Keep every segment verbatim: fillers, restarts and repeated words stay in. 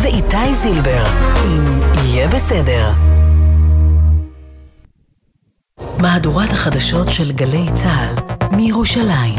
ואיתי זילבר, אם יהיה בסדר. מהדורת החדשות של גלי צהל מירושלים.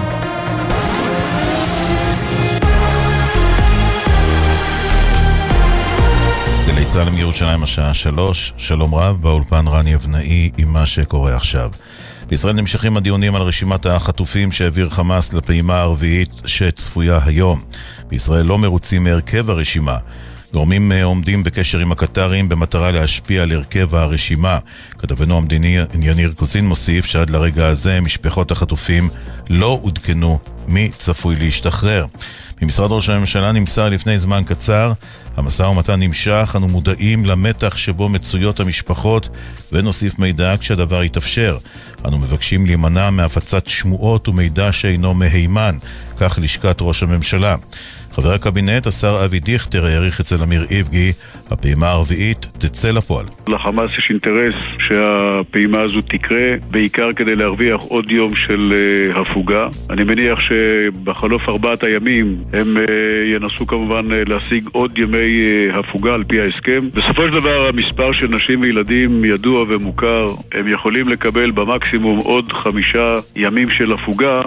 גלי צהל מירושלים השעה שלוש, שלום רב, באולפן רני אבנאי עם מה שקורה עכשיו. בישראל נמשכים הדיונים על רשימת החטופים שהעביר חמאס לפעימה הרביעית שצפויה היום. בישראל לא מרוצים מהרכב הרשימה. גורמים עומדים בקשר עם הקטרים במטרה להשפיע על הרכב הרשימה. כתבנו המדיני יניר קוזין מוסיף שעד לרגע הזה משפחות החטופים לא עודכנו מי צפוי להשתחרר. ממשרד ראש הממשלה נמסר לפני זמן קצר, המשא ומתן נמשך, אנו מודעים למתח שבו מצויות המשפחות ונוסיף מידע כשהדבר יתאפשר. אנו מבקשים להימנע מהפצת שמועות ומידע שאינו מהימן, כך לשכת ראש הממשלה. חבר הקבינט, השר אבי דיכטר, העריך אצל אמיר איבגי, הפעימה הרביעית תצא לפועל. לחמאס יש אינטרס שהפעימה הזו תקרה, בעיקר כדי להרוויח עוד יום של uh, הפוגה. אני מניח שבחלוף ארבעת הימים הם uh, ינסו כמובן uh, להשיג עוד ימי uh, הפוגה על פי ההסכם. בסופו של דבר המספר של נשים וילדים ידוע ומוכר, הם יכולים לקבל במקסימום עוד חמישה ימים של הפוגה.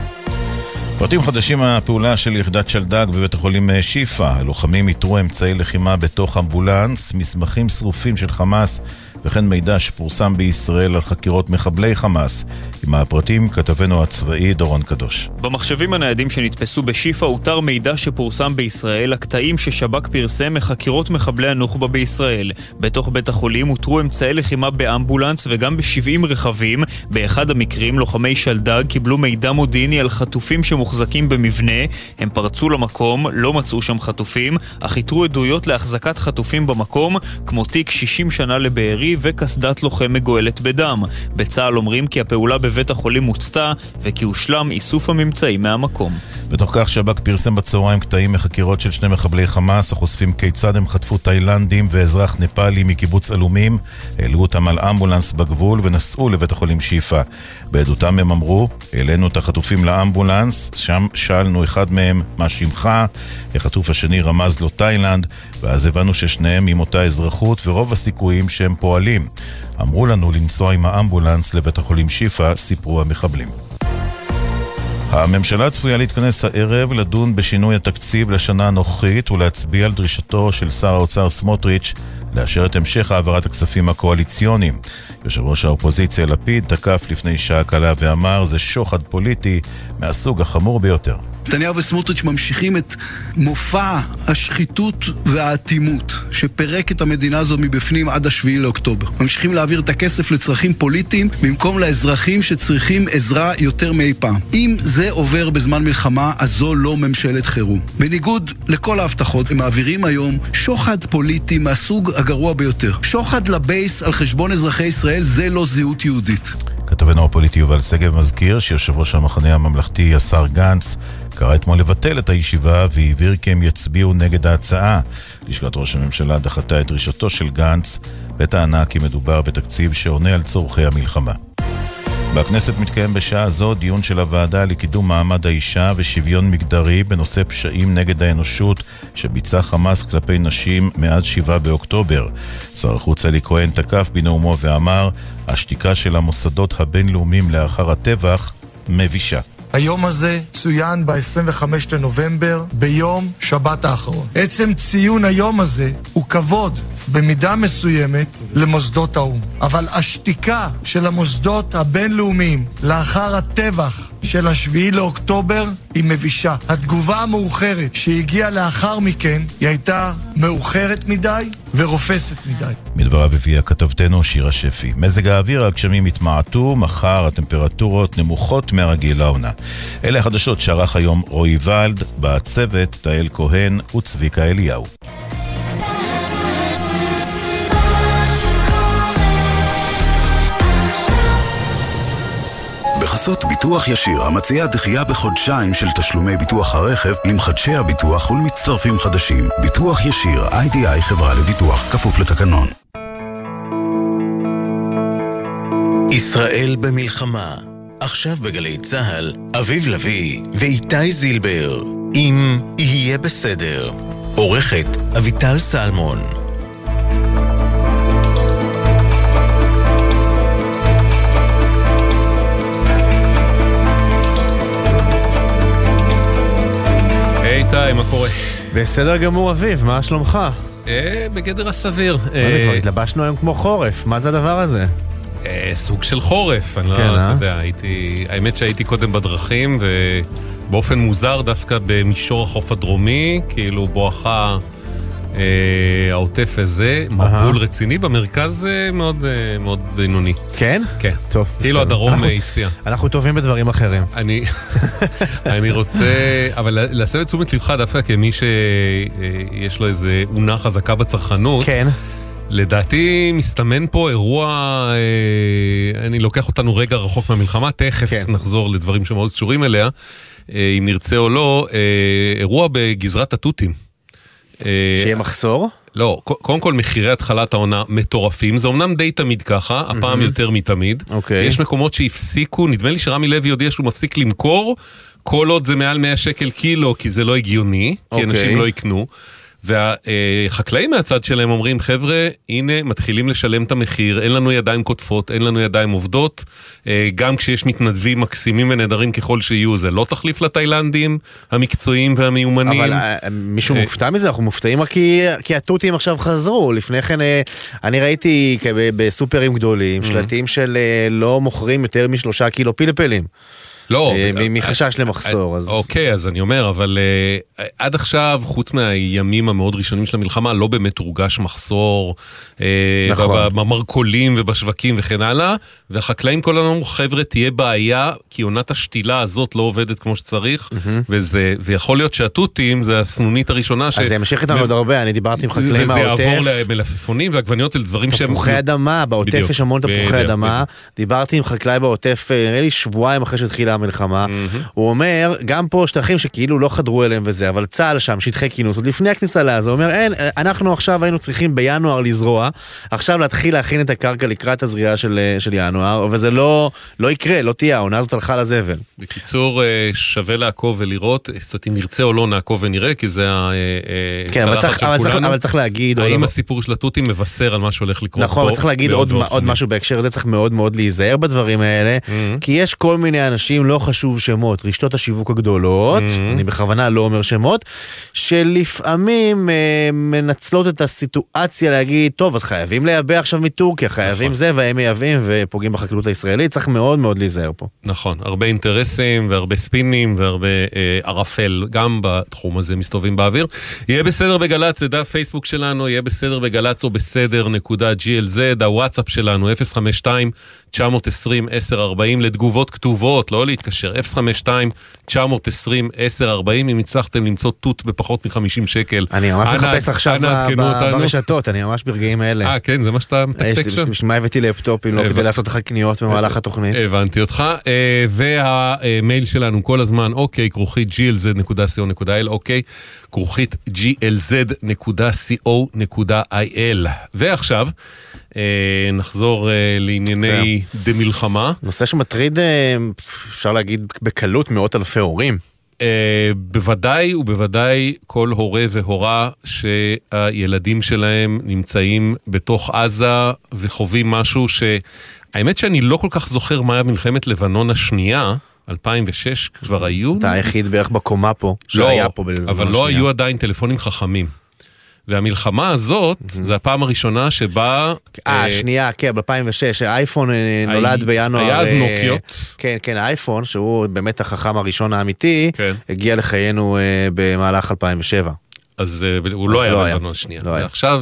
פרטים חדשים מהפעולה של יחידת שלדג בבית החולים שיפה. הלוחמים איתרו אמצעי לחימה בתוך אמבולנס, מסמכים שרופים של חמאס וכן מידע שפורסם בישראל על חקירות מחבלי חמאס. עם הפרטים כתבנו הצבאי דורון קדוש. במחשבים הניידים שנתפסו בשיפה הותר מידע שפורסם בישראל, הקטעים ששב"כ פרסם מחקירות מחבלי הנוח'בה בישראל. בתוך בית החולים הותרו אמצעי לחימה באמבולנס וגם ב-שבעים רכבים. באחד המקרים לוחמי שלדג קיבלו מידע מודיעיני על חטופים שמוחזקים במבנה. הם פרצו למקום, לא מצאו שם חטופים, אך איתרו עדויות להחזקת חטופים במקום, כמו תיק שישים שנה לבארי וקסדת לוחם מגואלת בדם. בצה"ל אומרים כי הפעולה בבית החולים מוצתה וכי הושלם איסוף הממצאים מהמקום. בתוך כך שב"כ פרסם בצהריים קטעים מחקירות של שני מחבלי חמאס החושפים כיצד הם חטפו תאילנדים ואזרח נפאלי מקיבוץ אלומים, העלו אותם על אמבולנס בגבול ונסעו לבית החולים שיפה. בעדותם הם אמרו, העלינו את החטופים לאמבולנס, שם שאלנו אחד מהם מה שמך, החטוף השני רמז לו תאילנד, ואז הבנו ששניהם עם אותה אזרחות ורוב הסיכויים שהם פועלים. אמרו לנו לנסוע עם האמבולנס לבית החולים שיפה, סיפרו המחבלים. הממשלה צפויה להתכנס הערב לדון בשינוי התקציב לשנה הנוכחית ולהצביע על דרישתו של שר האוצר סמוטריץ' לאשר את המשך העברת הכספים הקואליציוניים. יושב ראש האופוזיציה לפיד תקף לפני שעה קלה ואמר זה שוחד פוליטי מהסוג החמור ביותר. נתניהו וסמוטריץ' ממשיכים את מופע השחיתות והאטימות שפרק את המדינה הזו מבפנים עד השביעי לאוקטובר. ממשיכים להעביר את הכסף לצרכים פוליטיים במקום לאזרחים שצריכים עזרה יותר מאי פעם. אם זה עובר בזמן מלחמה, אז זו לא ממשלת חירום. בניגוד לכל ההבטחות, הם מעבירים היום שוחד פוליטי מהסוג הגרוע ביותר. שוחד לבייס על חשבון אזרחי ישראל, זה לא זהות יהודית. כתבנו הפוליטי יובל שגב מזכיר שיושב ראש המחנה הממלכתי השר גנץ קרא אתמול לבטל את הישיבה והבהיר כי הם יצביעו נגד ההצעה. לשכת ראש הממשלה דחתה את דרישתו של גנץ וטענה כי מדובר בתקציב שעונה על צורכי המלחמה. בכנסת מתקיים בשעה זו דיון של הוועדה לקידום מעמד האישה ושוויון מגדרי בנושא פשעים נגד האנושות שביצע חמאס כלפי נשים מאז שבעה באוקטובר. שר החוץ אלי כהן תקף בנאומו ואמר, השתיקה של המוסדות הבינלאומיים לאחר הטבח מבישה. היום הזה צוין ב-עשרים וחמישה לנובמבר ביום שבת האחרון. עצם ציון היום הזה הוא כבוד במידה מסוימת למוסדות האו"ם. אבל השתיקה של המוסדות הבינלאומיים לאחר הטבח של השביעי לאוקטובר היא מבישה. התגובה המאוחרת שהגיעה לאחר מכן היא הייתה מאוחרת מדי ורופסת מדי. מדבריו הביאה כתבתנו שירה שפי. מזג האוויר, הגשמים התמעטו, מחר הטמפרטורות נמוכות מהרגיל לעונה. אלה החדשות שערך היום רועי ולד, בצוות תאל כהן וצביקה אליהו. בחסות ביטוח ישיר, המציע דחייה בחודשיים של תשלומי ביטוח הרכב למחדשי הביטוח ולמצטרפים חדשים. ביטוח ישיר, איי די איי חברה לביטוח, כפוף לתקנון. ישראל במלחמה. עכשיו בגלי צהל, אביב לוי ואיתי זילבר. אם יהיה בסדר. עורכת אביטל סלמון. היי טי, מה קורה? בסדר גמור אביב, מה שלומך? אה, בגדר הסביר. מה זה כבר, התלבשנו היום כמו חורף, מה זה הדבר הזה? אה, סוג של חורף, אני לא יודע, הייתי, האמת שהייתי קודם בדרכים, ובאופן מוזר דווקא במישור החוף הדרומי, כאילו בואכה אה, העוטף הזה, מבול רציני, במרכז מאוד מאוד בינוני. כן? כן. טוב. כאילו הדרום הפתיע. אנחנו טובים בדברים אחרים. אני, אני רוצה, אבל להסב את תשומת לבך דווקא כמי שיש לו איזה עונה חזקה בצרכנות. כן. לדעתי מסתמן פה אירוע, אה, אני לוקח אותנו רגע רחוק מהמלחמה, תכף כן. נחזור לדברים שמאוד קשורים אליה, אה, אם נרצה או לא, אה, אירוע בגזרת התותים. אה, שיהיה מחסור? לא, קודם כל מחירי התחלת העונה מטורפים, זה אומנם די תמיד ככה, הפעם יותר מתמיד. אוקיי. יש מקומות שהפסיקו, נדמה לי שרמי לוי יודיע שהוא מפסיק למכור, כל עוד זה מעל מאה שקל קילו, כי זה לא הגיוני, כי אוקיי. אנשים לא יקנו. והחקלאים מהצד שלהם אומרים, חבר'ה, הנה מתחילים לשלם את המחיר, אין לנו ידיים קוטפות, אין לנו ידיים עובדות, גם כשיש מתנדבים מקסימים ונהדרים ככל שיהיו, זה לא תחליף לתאילנדים המקצועיים והמיומנים. אבל מישהו מופתע מזה? אנחנו מופתעים רק כי התותים עכשיו חזרו. לפני כן אני ראיתי בסופרים גדולים שלטים של לא מוכרים יותר משלושה קילו פלפלים. לא, מחשש למחסור. אוקיי, אז אני אומר, אבל עד עכשיו, חוץ מהימים המאוד ראשונים של המלחמה, לא באמת הורגש מחסור במרכולים ובשווקים וכן הלאה, והחקלאים כל הזמן, חבר'ה, תהיה בעיה, כי עונת השתילה הזאת לא עובדת כמו שצריך, ויכול להיות שהתותים, זה הסנונית הראשונה. אז זה ימשך איתנו עוד הרבה, אני דיברתי עם חקלאים מהעוטף. וזה יעבור למלפפונים והגווניות, זה דברים שהם... תפוחי אדמה, בעוטף יש המון תפוחי אדמה. דיברתי עם חקלאי בעוטף, נראה לי שבועיים אחרי שהתחילה המלחמה, הוא אומר, גם פה שטחים שכאילו לא חדרו אליהם וזה, אבל צה"ל שם, שטחי כינוס, עוד לפני הכניסה לעזה, הוא אומר, אין, אנחנו עכשיו היינו צריכים בינואר לזרוע, עכשיו להתחיל להכין את הקרקע לקראת הזריעה של, של ינואר, וזה לא, לא יקרה, לא תהיה, העונה הזאת הלכה לזבל. בקיצור, שווה לעקוב ולראות, זאת אומרת, אם נרצה או לא נעקוב ונראה, כי זה הצלחת של כולנו. אבל צריך להגיד... האם הסיפור של התותים מבשר על מה שהולך לקרות פה? נכון, אבל צריך להגיד עוד משהו בהקשר הזה, צריך מאוד מאוד להיזהר בדברים האלה, כי יש כל מיני אנשים, לא חשוב שמות, רשתות השיווק הגדולות, אני בכוונה לא אומר שמות, שלפעמים מנצלות את הסיטואציה להגיד, טוב, אז חייבים לייבא עכשיו מטורקיה, חייבים זה, והם מייבאים ופוגעים בחקלאות הישראלית, צריך מאוד מאוד להיזהר פה. נכון, הרבה אינטרסים והרבה ספינים והרבה ערפל, גם בתחום הזה מסתובבים באוויר. יהיה בסדר בגלץ, זה דף פייסבוק שלנו, יהיה בסדר בגלץ או בסדר נקודה ג'י אל זד, הוואטסאפ שלנו אפס חמש שתיים תשע עשרים עשר ארבעים לתגובות כתובות, לא להתקשר, אפס חמש שתיים תשע עשרים עשר ארבעים, אם הצלחתם למצוא תות בפחות מ-חמישים שקל. אני ממש מחפש עכשיו ברשתות, אני ממש ברגעים האלה. אה, כן, זה מה שאתה מתקתק שם? בשביל מה הבאתי לפטופים, לא כדי לעשות לך קניות במהלך התוכנית. הבנתי אותך, והמייל שלנו כל הזמן, אוקיי, כרוכית ג'י אל זד נקודה סי או נקודה איי אל, אוקיי, כרוכית ג'י אל זד נקודה סי או נקודה איי אל. ועכשיו, נחזור לענייני דמלחמה. נושא שמטריד, אפשר להגיד, בקלות מאות אלפי הורים. בוודאי ובוודאי כל הורה והורה שהילדים שלהם נמצאים בתוך עזה וחווים משהו שהאמת שאני לא כל כך זוכר מה היה מלחמת לבנון השנייה, אלפיים ושש כבר היו. אתה היחיד בערך בקומה פה, שהיה פה בלבנון השנייה. אבל לא היו עדיין טלפונים חכמים. והמלחמה הזאת, זו הפעם הראשונה שבה... אה, שנייה, כן, ב-אלפיים ושש, האייפון נולד בינואר... היה אז נוקיות. כן, כן, האייפון, שהוא באמת החכם הראשון האמיתי, הגיע לחיינו במהלך אלפיים ושבע. אז הוא לא היה בלבנון השנייה. ועכשיו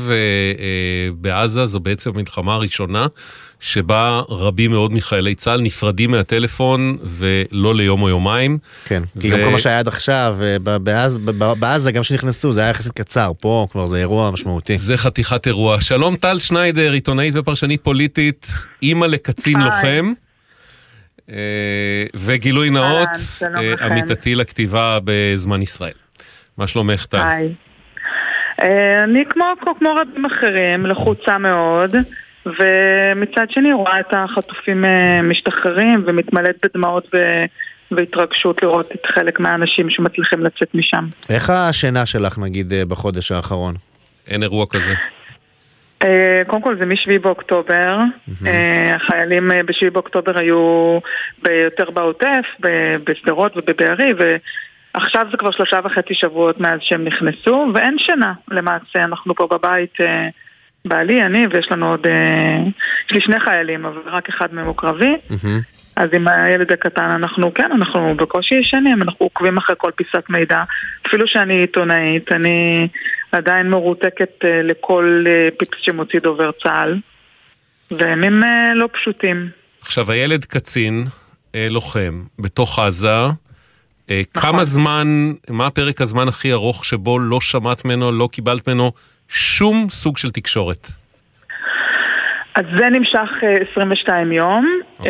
בעזה זו בעצם המלחמה הראשונה, שבה רבים מאוד מחיילי צה"ל נפרדים מהטלפון ולא ליום או יומיים. כן, כי גם כל מה שהיה עד עכשיו, בעזה גם שנכנסו, זה היה יחסית קצר, פה כבר זה אירוע משמעותי. זה חתיכת אירוע. שלום טל שניידר, עיתונאית ופרשנית פוליטית, אימא לקצין לוחם, וגילוי נאות, עמיתתי לכתיבה בזמן ישראל. מה שלומך טל? היי. אני כמו רבים אחרים, לחוצה מאוד, ומצד שני רואה את החטופים משתחררים ומתמלאת בדמעות והתרגשות לראות את חלק מהאנשים שמצליחים לצאת משם. איך השינה שלך נגיד בחודש האחרון? אין אירוע כזה. קודם כל זה משביעי באוקטובר, החיילים בשביעי באוקטובר היו יותר בעוטף, בסדרות ובבארי, ועכשיו זה כבר שלושה וחצי שבועות מאז שהם נכנסו, ואין שינה למעשה, אנחנו פה בבית, בעלי, אני, ויש לנו עוד, יש לי שני חיילים, אבל רק אחד מהם הוא קרבי, אז עם הילד הקטן אנחנו, כן, אנחנו בקושי ישנים, אנחנו עוקבים אחרי כל פיסת מידע, אפילו שאני עיתונאית, אני עדיין מרותקת לכל פיפס שמוציא דובר צה"ל, והם הם לא פשוטים. עכשיו, הילד קצין, לוחם, בתוך עזה, כמה זמן, מה הפרק הזמן הכי ארוך שבו לא שמעת ממנו, לא קיבלת ממנו שום סוג של תקשורת? אז זה נמשך עשרים ושניים יום, okay.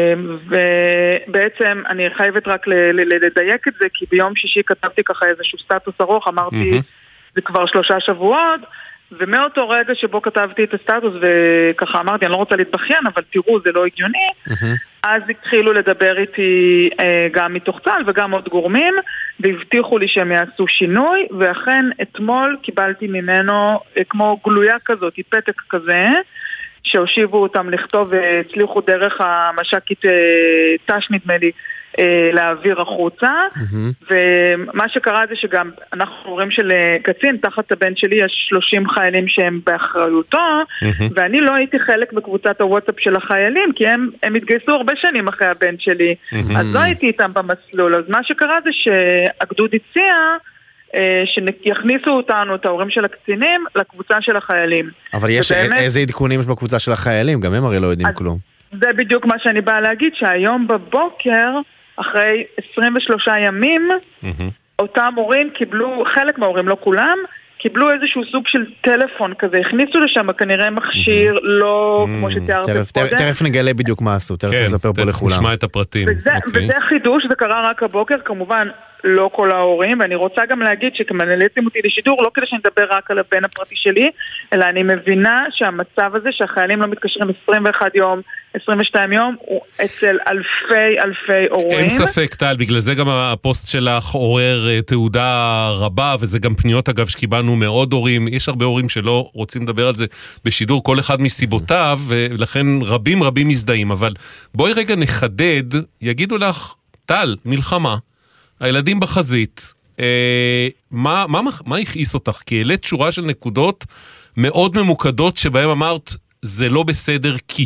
ובעצם אני חייבת רק לדייק את זה, כי ביום שישי כתבתי ככה איזשהו סטטוס ארוך, אמרתי, mm-hmm. זה כבר שלושה שבועות, ומאותו רגע שבו כתבתי את הסטטוס, וככה אמרתי, אני לא רוצה להתבכיין, אבל תראו, זה לא הגיוני, mm-hmm. אז התחילו לדבר איתי גם מתוך צה"ל וגם עוד גורמים, והבטיחו לי שהם יעשו שינוי, ואכן אתמול קיבלתי ממנו כמו גלויה כזאת, פתק כזה, שהושיבו אותם לכתוב והצליחו דרך המש"קית תש נדמה לי להעביר החוצה, ומה שקרה זה שגם אנחנו רואים של קצין, תחת הבן שלי יש שלושים חיילים שהם באחריותו, ואני לא הייתי חלק בקבוצת הוואטסאפ של החיילים, כי הם, הם התגייסו הרבה שנים אחרי הבן שלי, אז לא הייתי איתם במסלול. אז מה שקרה זה שהגדוד הציע שיכניסו אותנו, את ההורים של הקצינים, לקבוצה של החיילים. אבל יש ובאמת, איזה עדכונים יש בקבוצה של החיילים? גם הם הרי לא יודעים כלום. זה בדיוק מה שאני באה להגיד, שהיום בבוקר, אחרי עשרים ושלושה ימים, אותם הורים קיבלו, חלק מההורים, לא כולם, קיבלו איזשהו סוג של טלפון כזה, הכניסו לשם כנראה מכשיר, לא כמו שתיארת קודם. תכף נגלה בדיוק מה עשו, תכף נספר פה לכולם. נשמע את הפרטים. וזה חידוש, זה קרה רק הבוקר, כמובן לא כל ההורים, ואני רוצה גם להגיד שכמנהלתם אותי לשידור, לא כדי שנדבר רק על הבן הפרטי שלי, אלא אני מבינה שהמצב הזה, שהחיילים לא מתקשרים עשרים ואחד יום, עשרים ושניים יום, הוא אצל אלפי אלפי הורים. אין ספק, טל, בגלל זה גם הפוסט שלך עורר תעודה רבה, וזה גם פניות אגב שקיבלנו מאוד הורים, יש הרבה הורים שלא רוצים לדבר על זה בשידור, כל אחד מסיבותיו, ולכן רבים רבים מזדהים, אבל בואי רגע נחדד, יגידו לך, טל, מלחמה, הילדים בחזית, אה, מה, מה, מה הכעיס אותך? כי העלית שורה של נקודות מאוד ממוקדות שבהם אמרת, זה לא בסדר כי.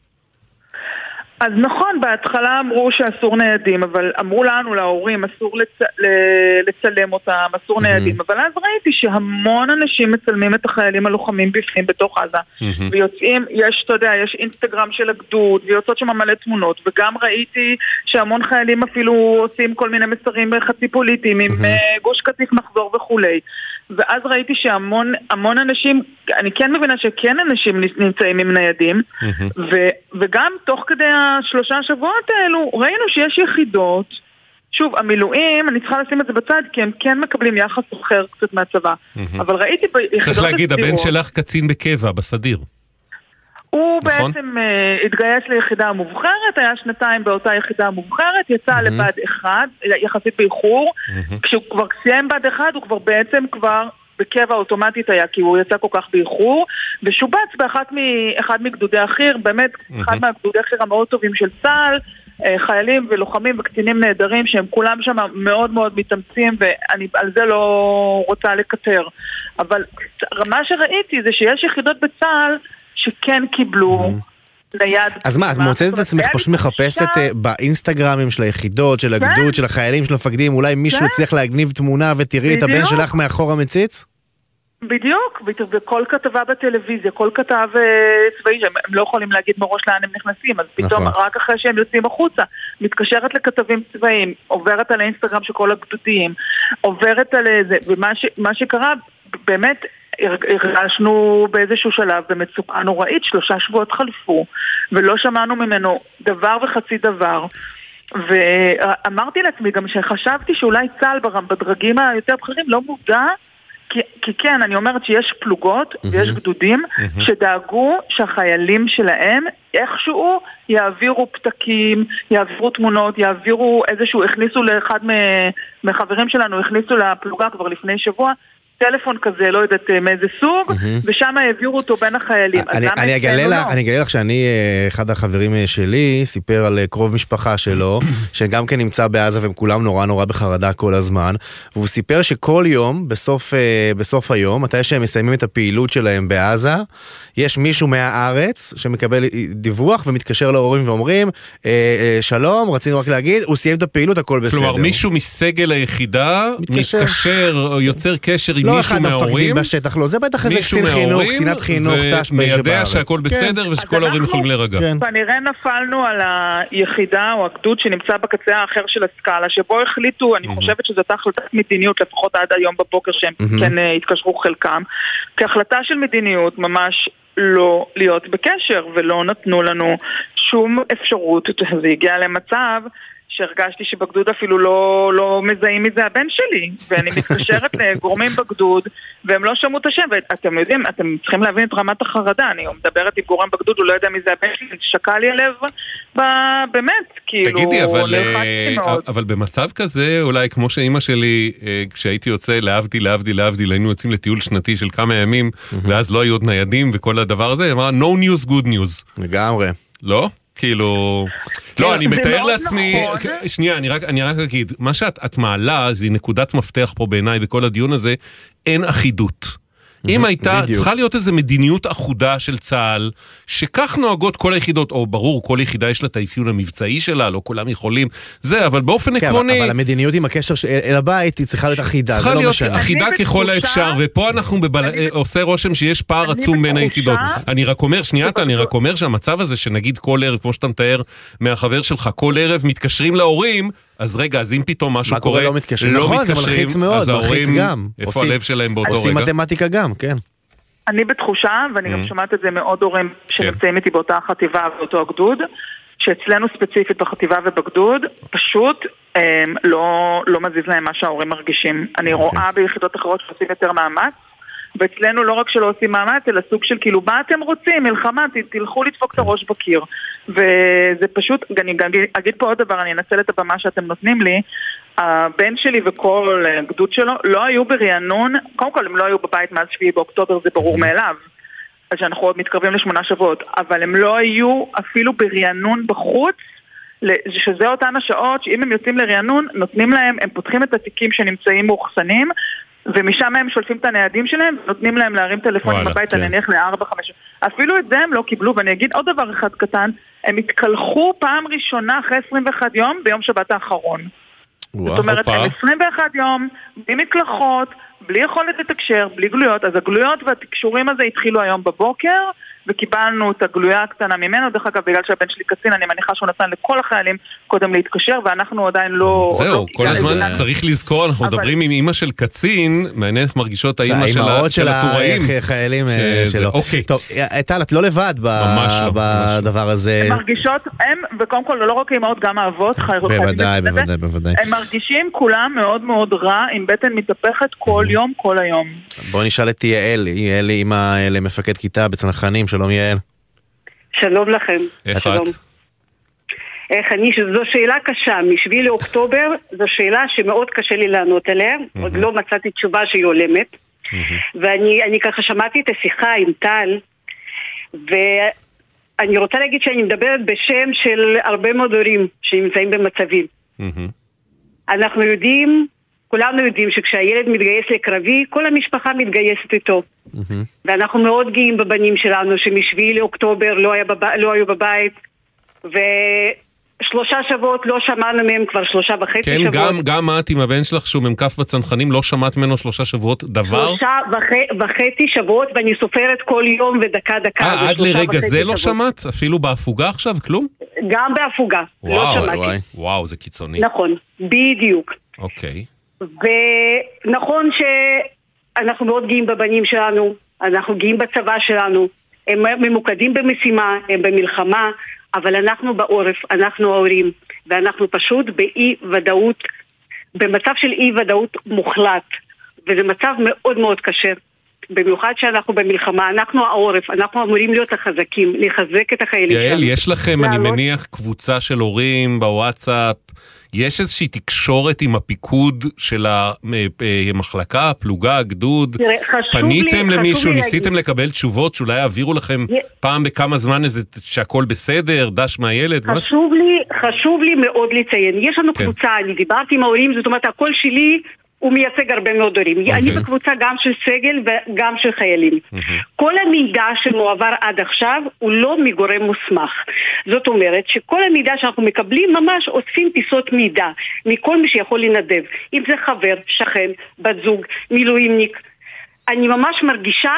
אז נכון, בהתחלה אמרו שאסור ניידים, אבל אמרו לנו, להורים, אסור לצ... לצלם אותם, אסור ניידים, אבל אז ראיתי שהמון אנשים מצלמים את החיילים הלוחמים בפנים בתוך עזה, ויוצאים, יש, אתה יודע, יש אינסטגרם של הגדוד, ויוצאות שם מלא תמונות, וגם ראיתי שהמון חיילים אפילו עושים כל מיני מסרים חצי פוליטיים, עם גוש קטיף מחזור וכולי. ואז ראיתי שהמון המון אנשים, אני כן מבינה שכן אנשים נמצאים עם ניידים, ו, וגם תוך כדי השלושה שבועות האלו, ראינו שיש יחידות, שוב, המילואים, אני צריכה לשים את זה בצד, כי הם כן מקבלים יחס אחר קצת מהצבא, אבל ראיתי ביחידות... צריך להגיד, הבן שלך קצין בקבע, בסדיר. הוא נכון? בעצם uh, התגייס ליחידה המובחרת, היה שנתיים באותה יחידה המובחרת, יצא mm-hmm. לבד אחד, יחסית באיחור, mm-hmm. כשהוא כבר סיים בד אחד, הוא כבר בעצם כבר בקבע אוטומטית היה, כי הוא יצא כל כך באיחור, ושובץ באחד מ- מגדודי החי"ר, באמת mm-hmm. אחד מהגדודי החי"ר המאוד טובים של צה"ל, חיילים ולוחמים וקצינים נהדרים, שהם כולם שם מאוד מאוד מתאמצים, ואני על זה לא רוצה לקטר. אבל מה שראיתי זה שיש יחידות בצה"ל, שכן קיבלו ליד... אז מה, את מוצאת את עצמך פשוט מחפשת באינסטגרמים של היחידות, של הגדוד, של החיילים, של המפקדים, אולי מישהו הצליח להגניב תמונה ותראי את הבן שלך מאחור המציץ? בדיוק, וכל כתבה בטלוויזיה, כל כתב צבאי, הם לא יכולים להגיד מראש לאן הם נכנסים, אז פתאום רק אחרי שהם יוצאים החוצה, מתקשרת לכתבים צבאיים, עוברת על האינסטגרם של כל הגדודיים, עוברת על זה, ומה שקרה, באמת, הרגשנו באיזשהו שלב במצוקה נוראית, שלושה שבועות חלפו, ולא שמענו ממנו דבר וחצי דבר, ואמרתי לעצמי גם שחשבתי שאולי צה"ל בדרגים היותר בכירים לא מודע כי, כי כן, אני אומרת שיש פלוגות mm-hmm. ויש גדודים mm-hmm. שדאגו שהחיילים שלהם איכשהו יעבירו פתקים, יעבירו תמונות, יעבירו איזשהו, הכניסו לאחד מחברים שלנו, הכניסו לפלוגה כבר לפני שבוע, טלפון כזה, לא יודעת מאיזה סוג, ושם העבירו אותו בין החיילים. אני אגלה לך שאני, אחד החברים שלי, סיפר על קרוב משפחה שלו, שגם כן נמצא בעזה, והם כולם נורא נורא בחרדה כל הזמן, והוא סיפר שכל יום, בסוף היום, מתי שהם מסיימים את הפעילות שלהם בעזה, יש מישהו מהארץ שמקבל דיווח ומתקשר להורים ואומרים, שלום, רצינו רק להגיד, הוא סיים את הפעילות, הכל בסדר. כלומר, מישהו מסגל היחידה מתקשר, או יוצר קשר עם לא אחד המפקדים בשטח, לא, זה בטח איזה קצין חינוך, קצינת חינוך, תש באיזה בארץ. ומיידע שהכל בסדר ושכל ההורים יכולים להירגע. כנראה נפלנו על היחידה או הגדוד שנמצא בקצה האחר של הסקאלה, שבו החליטו, אני חושבת שזאת החלטת מדיניות, לפחות עד היום בבוקר שהם כן התקשרו חלקם, כהחלטה של מדיניות ממש לא להיות בקשר, ולא נתנו לנו שום אפשרות. זה הגיע למצב שהרגשתי שבגדוד אפילו לא, לא מזהים מזה הבן שלי, ואני מתקשרת לגורמים בגדוד, והם לא שמעו את השם, ואתם יודעים, אתם צריכים להבין את רמת החרדה, אני מדברת עם גורם בגדוד, הוא לא יודע מי זה הבן שלי, שקע לי הלב, באמת, כאילו, תגידי, אבל, אבל במצב כזה, אולי כמו שאימא שלי, כשהייתי יוצא להבדיל, להבדיל, להבדיל, היינו יוצאים לטיול שנתי של כמה ימים, ואז לא היו עוד ניידים וכל הדבר הזה, אמרה, no news, good news. לגמרי. לא? כאילו, לא, אני מתאר לעצמי, שנייה, אני רק אגיד, מה שאת מעלה, זה נקודת מפתח פה בעיניי בכל הדיון הזה, אין אחידות. אם הייתה, צריכה להיות איזו מדיניות אחודה של צה"ל, שכך נוהגות כל היחידות, או ברור, כל יחידה יש לה את האפיון המבצעי שלה, לא כולם יכולים, זה, אבל באופן עקרוני... אבל המדיניות עם הקשר אל הבית, היא צריכה להיות אחידה, זה לא משנה. צריכה להיות אחידה ככל האפשר, ופה אנחנו עושה רושם שיש פער עצום בין היחידות. אני רק אומר, שנייה, אני רק אומר שהמצב הזה, שנגיד כל ערב, כמו שאתה מתאר מהחבר שלך, כל ערב מתקשרים להורים, אז רגע, אז אם פתאום משהו קורה, לא מתקשרים, נכון, זה מלחיץ מאוד, מלחיץ גם. איפה הלב שלהם באותו רגע? עושים מתמטיקה גם, כן. אני בתחושה, ואני גם שומעת את זה מאוד הורים שנמצאים איתי באותה החטיבה ואותו הגדוד, שאצלנו ספציפית בחטיבה ובגדוד, פשוט לא מזיז להם מה שההורים מרגישים. אני רואה ביחידות אחרות שעושים יותר מאמץ, ואצלנו לא רק שלא עושים מאמץ, אלא סוג של כאילו, מה אתם רוצים? מלחמה, תלכו לדפוק את הראש בקיר. וזה פשוט, אני אגיד פה עוד דבר, אני אנצל את הבמה שאתם נותנים לי, הבן שלי וכל גדוד שלו לא היו ברענון, קודם כל הם לא היו בבית מאז שביעי באוקטובר, זה ברור מאליו, אז שאנחנו עוד מתקרבים לשמונה שבועות, אבל הם לא היו אפילו ברענון בחוץ, שזה אותן השעות שאם הם יוצאים לרענון, נותנים להם, הם פותחים את התיקים שנמצאים מאוחסנים, ומשם הם שולפים את הניידים שלהם, ונותנים להם להרים טלפונים בבית, אני נניח לארבע, חמש. אפילו את זה הם לא קיבלו, ואני אגיד עוד דבר אחד קטן, הם התקלחו פעם ראשונה אחרי עשרים ואחד יום, ביום שבת האחרון. זאת אומרת, הם עשרים ואחד יום, בלי מקלחות, בלי יכולת לתקשר, בלי גלויות, אז הגלויות והתקשורים הזה התחילו היום בבוקר, וקיבלנו את הגלויה הקטנה ממנו, דרך אגב, בגלל שהבן שלי קצין, אני מניחה שהוא נתן לכל החיילים קודם להתקשר, ואנחנו עדיין לא... זהו, כל הזמן צריך לזכור, אנחנו מדברים עם אמא של קצין, מעניין איך מרגישות האמא של הטוראים. החיילים שלו. טוב, טל, את לא לבד בדבר הזה. הן מרגישות, הם, וקודם כל, לא רק אמהות, גם האבות, בוודאי, בוודאי, בוודאי. הם מרגישים כולם מאוד מאוד רע, עם בטן מתהפכת כל יום, כל היום. בואו נשאל את יעל, יעל אמא למפקד כיתה בצנחנים, שלום יעל. שלום לכם. איך את? איך אני, זו שאלה קשה, משביעי לאוקטובר, זו שאלה שמאוד קשה לי לענות עליה, עוד לא מצאתי תשובה שהיא הולמת, ואני ככה שמעתי את השיחה עם טל, ואני רוצה להגיד שאני מדברת בשם של הרבה מאוד הורים שנמצאים במצבים. אנחנו יודעים, כולנו יודעים שכשהילד מתגייס לקרבי, כל המשפחה מתגייסת איתו. ואנחנו מאוד גאים בבנים שלנו, שמשביעי לאוקטובר לא, היה בב... לא היו בבית, ושלושה שבועות לא שמענו מהם כבר שלושה וחצי כן, שבועות. כן, גם, גם את עם הבן שלך שהוא ממקף בצנחנים, לא שמעת ממנו שלושה שבועות דבר? שלושה וח... וחצי שבועות, ואני סופרת כל יום ודקה דקה. אה, עד לרגע זה לא שמעת? אפילו בהפוגה עכשיו? כלום? גם בהפוגה, וואו, לא שמעתי. וואי, וואו, זה קיצוני. נכון, בדיוק. אוקיי. ונכון שאנחנו מאוד גאים בבנים שלנו, אנחנו גאים בצבא שלנו, הם ממוקדים במשימה, הם במלחמה, אבל אנחנו בעורף, אנחנו ההורים, ואנחנו פשוט באי ודאות, במצב של אי ודאות מוחלט. וזה מצב מאוד מאוד קשה. במיוחד שאנחנו במלחמה, אנחנו העורף, אנחנו אמורים להיות החזקים, לחזק את החיילים שלנו. יעל, יש לכם, אני מניח, קבוצה של הורים בוואטסאפ, יש איזושהי תקשורת עם הפיקוד של המחלקה, פלוגה, גדוד? פניתם למישהו, ניסיתם לקבל תשובות שאולי יעבירו לכם פעם בכמה זמן איזה שהכל בסדר, דש מהילד? חשוב לי, חשוב לי מאוד לציין. יש לנו קבוצה, אני דיברתי עם ההורים, זאת אומרת, הכל שלי הוא מייצג הרבה מאוד הורים. Okay. אני בקבוצה גם של סגל וגם של חיילים. Mm-hmm. כל המידע שמועבר עד עכשיו הוא לא מגורם מוסמך. זאת אומרת שכל המידע שאנחנו מקבלים ממש אוספים פיסות מידע מכל מי שיכול לנדב. אם זה חבר, שכן, בת זוג, מילואימניק. אני ממש מרגישה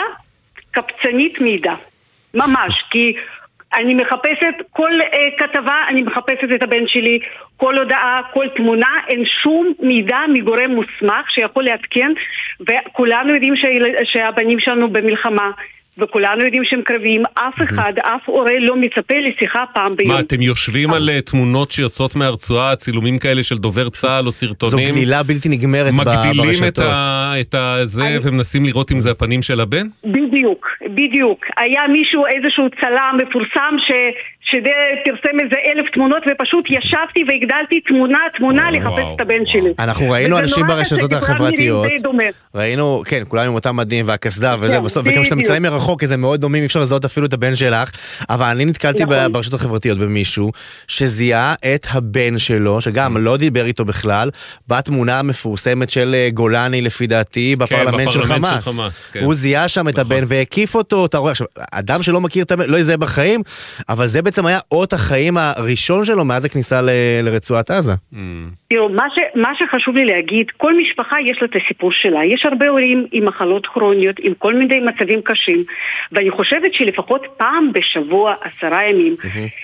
קפצנית מידע. ממש, כי אני מחפשת כל uh, כתבה, אני מחפשת את הבן שלי, כל הודעה, כל תמונה, אין שום מידע מגורם מוסמך שיכול להתקן, וכולנו יודעים שה, שהבנים שלנו במלחמה, וכולנו יודעים שהם קרבים, אף אחד, אף הורה לא מצפה לשיחה פעם ביום. מה, אתם יושבים על תמונות שיוצאות מהרצועה, צילומים כאלה של דובר צה"ל או סרטונים? זו גלילה בלתי נגמרת ברשתות. מגדילים את זה ומנסים לראות אם זה הפנים של הבן? בדיוק, בדיוק. היה מישהו, איזשהו צלם מפורסם ש... שדי פרסם איזה אלף תמונות ופשוט ישבתי והגדלתי תמונה, תמונה לחפש את הבן שלי. אנחנו ראינו אנשים ברשתות החברתיות, ראינו, כן, כולם עם אותם מדים והקסדה וזה בסוף, וכמה שאתה מצלם מרחוק, איזה מאוד דומים, אי אפשר לזהות אפילו את הבן שלך, אבל אני נתקלתי ברשתות החברתיות במישהו שזיהה את הבן שלו, שגם לא דיבר איתו בכלל, בתמונה המפורסמת של גולני לפי דעתי, בפרלמנט של חמאס. הוא זיהה שם את הבן והקיף אותו, אתה רואה, עכשיו, אדם שלא מכיר את הבן, לא יזהה בחיים, אבל זה בעצם היה אות החיים הראשון שלו מאז הכניסה ל- לרצועת עזה. תראו, מה, ש, מה שחשוב לי להגיד, כל משפחה יש לה את הסיפור שלה. יש הרבה הורים עם מחלות כרוניות, עם כל מיני מצבים קשים, ואני חושבת שלפחות פעם בשבוע, עשרה ימים,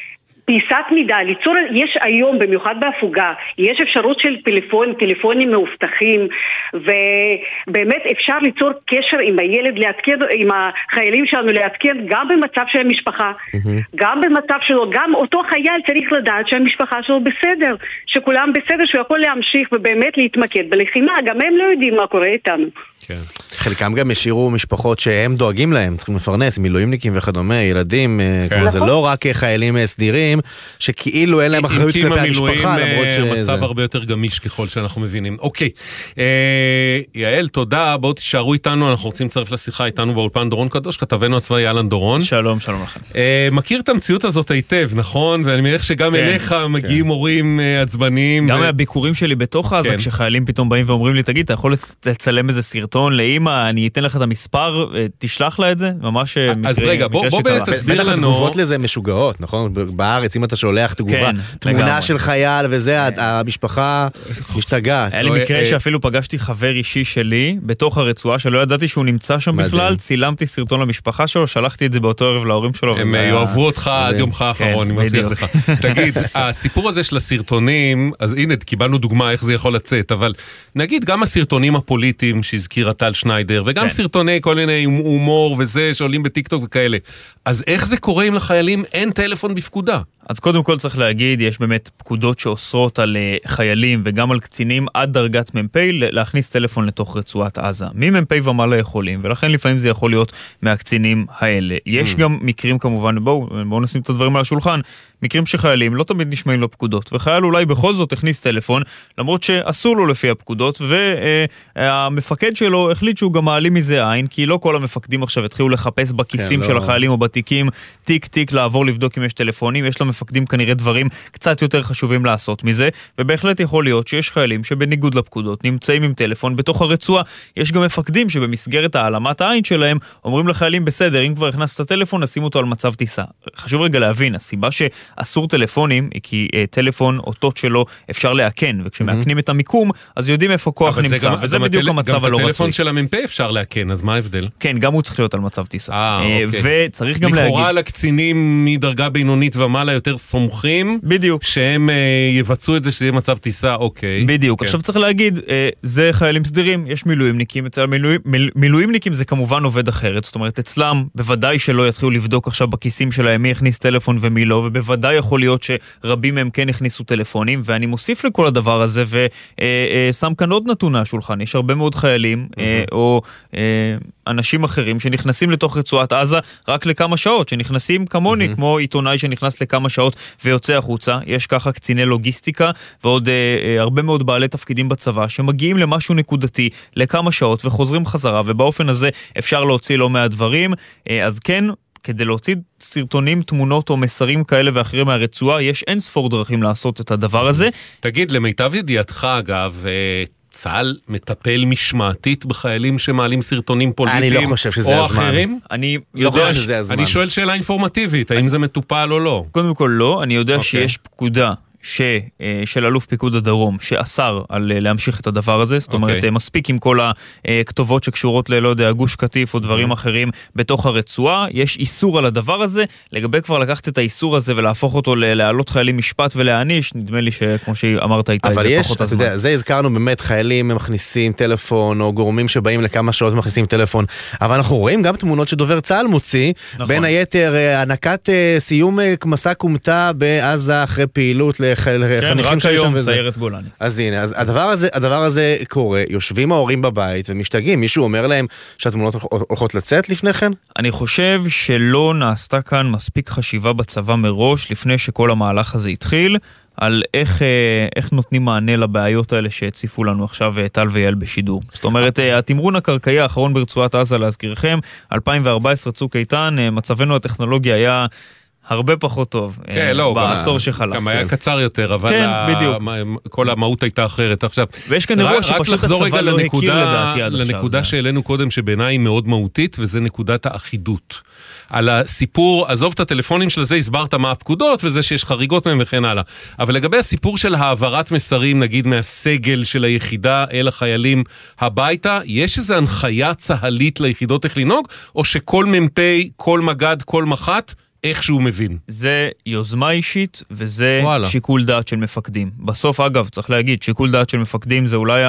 פיסת מידע, ליצור, יש היום, במיוחד בהפוגה, יש אפשרות של טלפון, טלפונים מאובטחים, ובאמת אפשר ליצור קשר עם הילד, להתקד, עם החיילים שלנו, להתקד גם במצב של המשפחה, גם במצב שלו, גם אותו חייל צריך לדעת שהמשפחה שלו בסדר, שכולם בסדר, שהוא יכול להמשיך ובאמת להתמקד בלחימה, גם הם לא יודעים מה קורה איתנו. כן. חלקם גם השאירו משפחות שהם דואגים להם, צריכים לפרנס, מילואימניקים וכדומה, ילדים, כן. זה לא רק חיילים סדירים, שכאילו אין להם אחריות כלפי המשפחה, למרות שזה... המצב הרבה יותר גמיש ככל שאנחנו מבינים. אוקיי, אה, יעל, תודה, בואו תישארו איתנו, אנחנו רוצים לצרף לשיחה איתנו באולפן דורון קדוש, כתבנו הצבאי אלן דורון. שלום, שלום לכם. אה, מכיר את המציאות הזאת היטב, נכון? ואני מניח שגם כן, אליך מגיעים כן. הורים אה, עצבניים. גם ו... הביקורים שלי בתוך עזה, כן. כשחיילים פתאום באים ואומרים לי, תגיד, אתה יכול לצלם איזה סרטון לאמא, אני אתן לך את המספר, תשלח לה את זה, ממש מקרה, אז רגע, בוא, בוא באמת תסביר לנו. התגובות לזה משוגעות, נכון? בארץ, אם אתה שולח תגובה, תמונה של חייל וזה, המשפחה משתגעת. היה לי מקרה שאפילו פגשתי חבר אישי שלי, בתוך הרצועה, שלא ידעתי שהוא נמצא שם בכלל, צילמתי סרטון למשפחה שלו, שלחתי את זה באותו ערב להורים שלו. הם יאהבו אותך עד יומך האחרון, אני מבטיח לך. תגיד, הסיפור הזה של הסרטונים, אז הנה, קיבלנו דוגמה איך זה יכול לצאת, אבל נגיד גם הסרטונים הפוליטיים שהזכירה טל שניידר, וגם סרטוני כל מיני הומור וזה שעולים בטיקטוק וכאלה. אז איך זה קורה אם לחיילים אין טלפון בפקודה? אז קודם כל צריך להגיד, יש באמת פקודות שאוסרות על חיילים וגם על קצינים עד דרגת ממפי להכניס טלפון לתוך רצועת עזה. ממפי ומעלה יכולים, ולכן לפעמים זה יכול להיות מהקצינים האלה. יש גם מקרים כמובן, בואו, בואו נשים את הדברים על השולחן, מקרים שחיילים לא תמיד נשמעים לו פקודות, וחייל אולי בכל זאת הכניס טלפון, למרות שאסור לו לפי הפקודות, והמפקד שלו החליט שהוא גם מעלים מזה עין, כי לא כל המפקדים עכשיו התחילו לחפש בכיסים של החיילים או בתיקים, טיק טיק לעבור לבדוק אם יש טלפונים, יש למפקדים כנראה דברים קצת יותר חשובים לעשות מזה, ובהחלט יכול להיות שיש חיילים שבניגוד לפקודות נמצאים עם טלפון בתוך הרצועה. יש גם מפקדים שבמסגרת העלמת העין שלהם אומרים לחיילים בסדר, אם כבר הכנסת טלפון נשים אותו על מצב טיסה. חשוב רגע להבין, הסיבה שאסור טלפונים היא כי uh, טלפון אותות שלו אפשר להקן, וכשמאקנים את המיקום אז יודעים איפה כוח נמצא, גם, וזה בדיוק הטל... המצב הלא רצוי. גם את הטלפון של המ"פ אפשר להקן, אז מה ההבדל? כן, גם הוא צריך להיות על מצב טיסה. אה, אוקיי. וצריך גם להגיד... לכאורה לקצינים מדרגה בינונית ומעלה יותר יותר סומכים בדיוק. שהם יבצעו את זה שזה יהיה מצב טיסה, אוקיי. בדיוק. כן. עכשיו צריך להגיד, זה חיילים סדירים, יש מילואימניקים, אצל מילואי, מיל, מילואימניקים זה כמובן עובד אחרת, זאת אומרת אצלם בוודאי שלא יתחילו לבדוק עכשיו בכיסים שלהם מי הכניס טלפון ומי לא, ובוודאי יכול להיות שרבים מהם כן הכניסו טלפונים, ואני מוסיף לכל הדבר הזה ושם כאן עוד נתון מהשולחן, יש הרבה מאוד חיילים או אנשים אחרים שנכנסים לתוך רצועת עזה רק לכמה שעות, שנכנסים כמוני, כמו עיתונאי שנכנס לכמה שעות ויוצא החוצה, יש ככה קציני לוגיסטיקה ועוד הרבה מאוד בעלי תפקידים בצבא שמגיעים למשהו נקודתי לכמה שעות וחוזרים חזרה, ובאופן הזה אפשר להוציא לא מהדברים, אז כן, כדי להוציא סרטונים, תמונות או מסרים כאלה ואחרים מהרצועה, יש אין ספור דרכים לעשות את הדבר הזה. תגיד, למיטב ידיעתך אגב, צה"ל מטפל משמעתית בחיילים שמעלים סרטונים פוליטיים אני לא חושב שזה או הזמן. אחרים? אני לא חושב שזה הזמן. אני שואל שאלה אינפורמטיבית, האם זה מטופל או לא? קודם כל לא, אני יודע שיש פקודה ש, של אלוף פיקוד הדרום שאסר על להמשיך את הדבר הזה, זאת אומרת okay. מספיק עם כל הכתובות שקשורות ללא יודע, גוש קטיף או דברים mm-hmm. אחרים בתוך הרצועה, יש איסור על הדבר הזה, לגבי כבר לקחת את האיסור הזה ולהפוך אותו להעלות חיילים משפט ולהעניש, נדמה לי שכמו שאמרת הייתה אבל זה יש, פחות הזמן. אבל יש, זה הזכרנו באמת, חיילים מכניסים טלפון או גורמים שבאים לכמה שעות מכניסים טלפון, אבל אנחנו רואים גם תמונות שדובר צה"ל מוציא, נכון. בין היתר הענקת סיום מסע קומתה בעזה אחרי פעילות כן, רק היום סיירת גולני. אז הנה, אז הדבר הזה, הדבר הזה קורה, יושבים ההורים בבית ומשתגעים, מישהו אומר להם שהתמונות הולכות לצאת לפני כן? אני חושב שלא נעשתה כאן מספיק חשיבה בצבא מראש, לפני שכל המהלך הזה התחיל, על איך, איך נותנים מענה לבעיות האלה שהציפו לנו עכשיו טל ויעל בשידור. זאת אומרת, התמרון הקרקעי האחרון ברצועת עזה, להזכירכם, אלפיים וארבע עשרה צוק איתן, מצבנו הטכנולוגי היה הרבה פחות טוב, כן, לא, בעשור שחלף. גם היה קצר יותר, אבל כן, ה... כל המהות הייתה אחרת. עכשיו, ויש כאן אירוע שפשוט הצבא לא הכיר לדעתי עד עכשיו. לנקודה שהעלינו קודם שבעיניי היא מאוד מהותית, וזה נקודת האחידות. על הסיפור, עזוב את הטלפונים של זה, הסברת מה הפקודות, וזה שיש חריגות מהם וכן הלאה. אבל לגבי הסיפור של העברת מסרים, נגיד מהסגל של היחידה אל החיילים הביתה, יש איזו הנחיה צהלית ליחידות איך לנהוג, או שכל ממפי, כל מגד, כל מח"ט, איך שהוא מבין. זה יוזמה אישית, וזה וואלה. שיקול דעת של מפקדים. בסוף, אגב, צריך להגיד, שיקול דעת של מפקדים זה אולי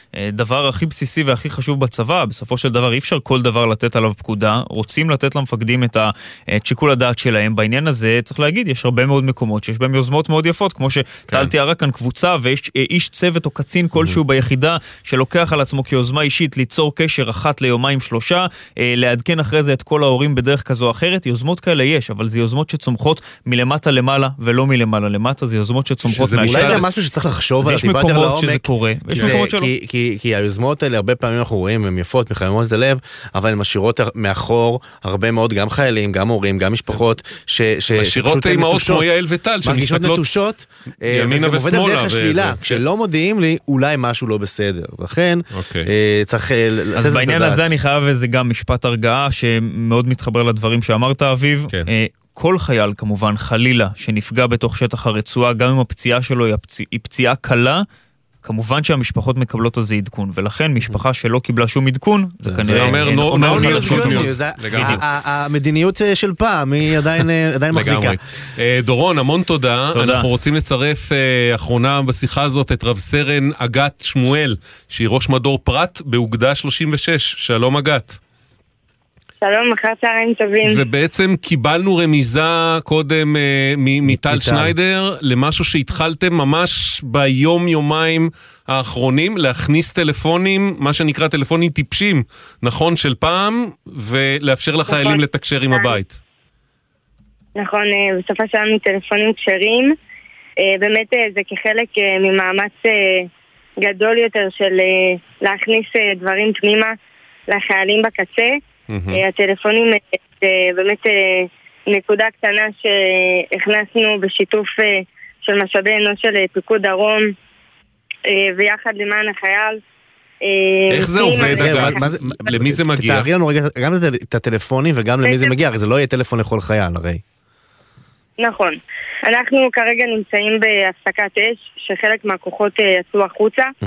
הדבר הכי בסיסי והכי חשוב בצבא. בסופו של דבר, אי אפשר כל דבר לתת עליו פקודה. רוצים לתת למפקדים את, ה, את שיקול הדעת שלהם. בעניין הזה, צריך להגיד, יש הרבה מאוד מקומות שיש בהם יוזמות מאוד יפות, כמו שטל תיארה כאן קבוצה, ויש איש צוות או קצין כלשהו ביחידה, שלוקח על עצמו כיוזמה אישית ליצור קשר אחת ליומיים שלושה, לעדכן אחרי זה את כל ההורים בדרך כזו או אחרת. יוזמות כאלה יש, אבל זה יוזמות שצומחות מלמטה למעלה ולא מלמעלה למטה, זה יוזמות שצומחות מהשאר. אולי זה משהו שצריך לחשוב עליו, יש מקומות שזה קורה, ויש מקומות שלא. כי, כי, כי היוזמות האלה הרבה פעמים אנחנו רואים, הן יפות, מחממות את הלב, אבל הן משאירות מאחור הרבה מאוד, גם חיילים, גם הורים, גם משפחות, ש, ש, משאירות אימהות כמו יעל וטל, מרגישות נטושות, ימינה ושמאלה. השלילה. כשלא מודיעים לי, אולי משהו לא בסדר. לכן, צריך לתת את אז בעניין הזה אני חייב איזה גם משפט הרגעה, שמאוד מתחבר לדברים שאמרת, אביב. כל חייל כמובן, חלילה, שנפגע בתוך שטח הרצועה, גם אם הפציעה שלו היא, הפצ... היא פציעה קלה, כמובן שהמשפחות מקבלות על זה עדכון, ולכן משפחה שלא קיבלה שום עדכון, זה כנראה... זה אומר no news good news. המדיניות של פעם היא עדיין מחזיקה. דורון, המון תודה. אנחנו רוצים לצרף אחרונה בשיחה הזאת את רב סרן אגת שמואל, שהיא ראש מדור פרט באוגדה שלושים ושש. שלום אגת. שלום, אחר צהריים טובים. ובעצם קיבלנו רמיזה קודם אה, מטל שניידר, למשהו שהתחלתם ממש ביום יומיים האחרונים, להכניס טלפונים, מה שנקרא טלפונים טיפשים, נכון, של פעם, ולאפשר לחיילים נכון. לתקשר עם הבית. נכון, בשפה שלנו טלפונים כשרים, באמת זה כחלק ממאמץ גדול יותר של להכניס דברים פנימה לחיילים בקצה. הטלפונים באמת נקודה קטנה שהכנסנו בשיתוף של משאבי אנוש של פיקוד דרום ויחד למען החייל. איך זה עובד? למי זה מגיע? תארי לנו רגע גם את הטלפונים וגם למי זה מגיע, הרי זה לא יהיה טלפון לכל חייל הרי. נכון, אנחנו כרגע נמצאים בהפסקת אש שחלק מהכוחות יצאו החוצה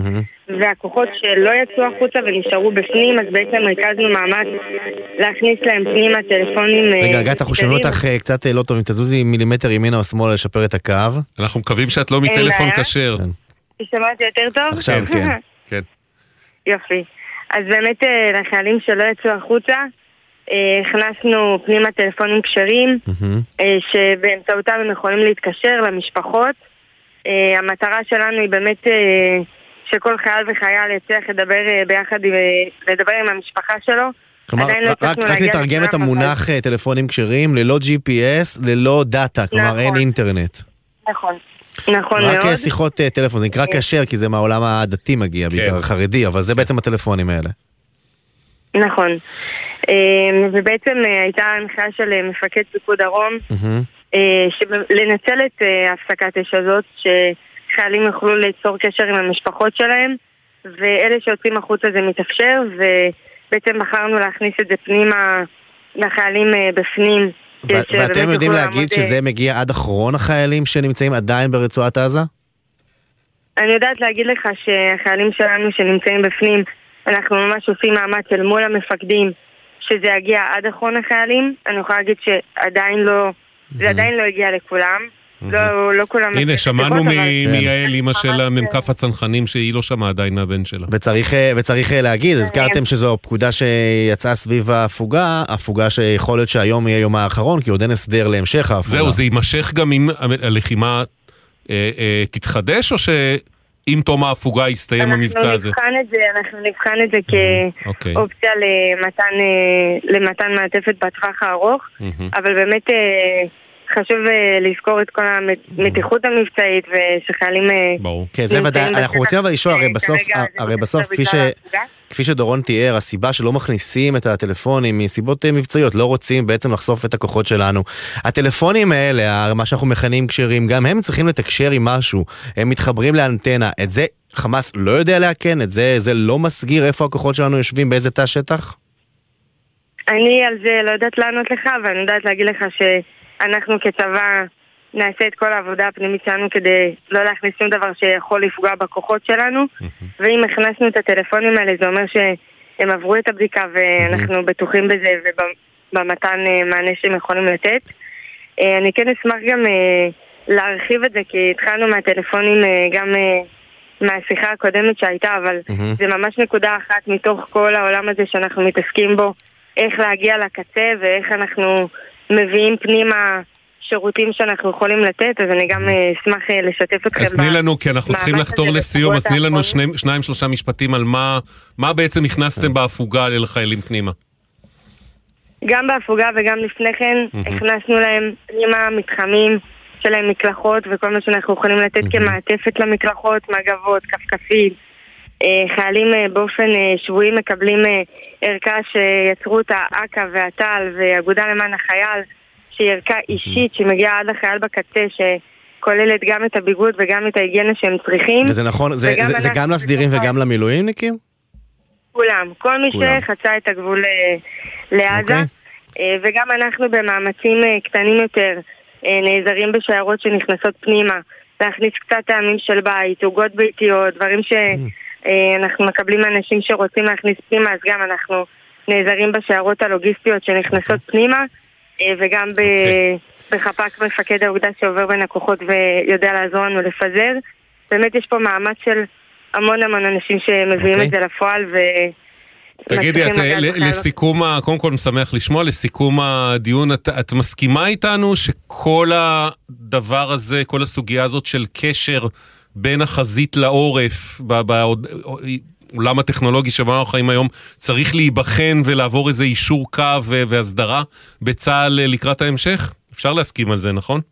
והכוחות שלא יצאו החוצה ונשארו בפנים, אז בעצם ריכזנו מאמץ להכניס להם פנימה טלפונים. רגע, הגעת, אנחנו שומעים אותך קצת לא טוב, אם תזוזי מילימטר ימינה או שמאלה לשפר את הקו. אנחנו מקווים שאת לא מטלפון כשר. תשמעתי יותר טוב? עכשיו כן. כן. יופי. אז באמת לחיילים שלא יצאו החוצה, הכנסנו פנימה טלפונים כשרים, שבאמצעותם הם יכולים להתקשר למשפחות. המטרה שלנו היא באמת שכל חייל וחייל יצליח לדבר ביחד, לדבר עם המשפחה שלו. כלומר, רק נתרגם את המונח טלפונים כשרים, ללא ג'י פי אס, ללא דאטה, כלומר אין אינטרנט. נכון, נכון מאוד. רק שיחות טלפון, זה נקרא כשר, כי זה מהעולם הדתי מגיע, בעיקר החרדי, אבל זה בעצם הטלפונים האלה. נכון. ובעצם הייתה הנחיה של מפקד פיקוד דרום, לנצל את הפסקת אש הזאת, שחיילים יוכלו ליצור קשר עם המשפחות שלהם, ואלה שיוצאים החוצה זה מתאפשר, ובעצם בחרנו להכניס את זה פנימה לחיילים בפנים. ואתם יודעים להגיד שזה מגיע עד אחרון החיילים שנמצאים עדיין ברצועת עזה? אני יודעת להגיד לך שהחיילים שלנו שנמצאים בפנים, אנחנו ממש עושים מאמץ אל מול המפקדים שזה יגיע עד אחרון החיילים. אני יכולה להגיד שעדיין לא, זה עדיין לא הגיע לכולם. לא, לא כולם... הנה, שמענו מיעל, אמא של הממקף הצנחנים, שהיא לא שמעה עדיין מהבן שלה. וצריך להגיד, הזכרתם שזו פקודה שיצאה סביב ההפוגה, הפוגה שיכול להיות שהיום יהיה יום האחרון, כי עוד אין הסדר להמשך ההפוגה. זהו, זה יימשך גם אם הלחימה תתחדש, או שאם תום ההפוגה יסתיים המבצע הזה? אנחנו נבחן את זה כאופציה למתן מעטפת בטווח הארוך, אבל באמת... חשוב לזכור את כל המתיחות המבצעית ושחיילים... ברור. כן, זה ודאי, אנחנו רוצים אבל לשאול, הרי בסוף, הרי בסוף, כפי שדורון תיאר, הסיבה שלא מכניסים את הטלפונים מסיבות מבצעיות, לא רוצים בעצם לחשוף את הכוחות שלנו. הטלפונים האלה, מה שאנחנו מכנים כשרים, גם הם צריכים לתקשר עם משהו, הם מתחברים לאנטנה, את זה חמאס לא יודע להקן, את זה, זה לא מסגיר איפה הכוחות שלנו יושבים, באיזה תא שטח? אני על זה לא יודעת לענות לך, אבל אני יודעת להגיד לך ש... אנחנו כצבא נעשה את כל העבודה הפנימית שלנו כדי לא להכניס שום דבר שיכול לפגוע בכוחות שלנו, ואם הכנסנו את הטלפונים האלה זה אומר שהם עברו את הבדיקה ואנחנו בטוחים בזה ובמתן מענה שהם יכולים לתת. אני כן אשמח גם להרחיב את זה, כי התחלנו מהטלפונים גם מהשיחה הקודמת שהייתה, אבל זה ממש נקודה אחת מתוך כל העולם הזה שאנחנו מתעסקים בו, איך להגיע לקצה ואיך אנחנו מביאים פנימה שירותים שאנחנו יכולים לתת, אז אני גם אשמח לשתף אתכם. אז תני לנו, כי אנחנו צריכים לחתור לסיום, אז תני לנו שניים שלושה משפטים על מה בעצם הכנסתם בהפוגה לחיילים פנימה. גם בהפוגה וגם לפני כן הכנסנו להם פנימה מתחמים שלהם מקלחות וכל מה שאנחנו יכולים לתת כמעטפת למקלחות, מגבות, כפכפים. חיילים באופן שבועי מקבלים ערכה שיצרו אותה אקה והטל ואגודה למען החייל, שהיא ערכה אישית שמגיעה עד החייל בקצה, שכוללת גם את הביגוד וגם את ההיגיינה שהם צריכים. וזה נכון, זה, זה, זה גם לסדירים וגם למילואימניקים? כולם, כל מי שחצה את הגבול לעזה, okay. וגם אנחנו במאמצים קטנים יותר נעזרים בשיירות שנכנסות פנימה, להכניס קצת טעמים של בית, עוגות ביתיות, דברים ש... אנחנו מקבלים אנשים שרוצים להכניס פנימה, אז גם אנחנו נעזרים בשיירות הלוגיסטיות שנכנסות פנימה, וגם בחפ"ק מפקד האוגדה שעובר בין הכוחות ויודע לעזור לנו לפזר. באמת יש פה מאמץ של המון המון אנשים שמביאים את זה לפועל ו... תגידי, לסיכום, קודם כל משמח לשמוע, לסיכום הדיון, את מסכימה איתנו שכל הדבר הזה, כל הסוגיה הזאת של קשר בין החזית לעורף, בעולם הטכנולוגי שבו אנחנו חיים היום, צריך להיבחן ולעבור איזה אישור קו והסדרה בצה"ל לקראת ההמשך? אפשר להסכים על זה, נכון?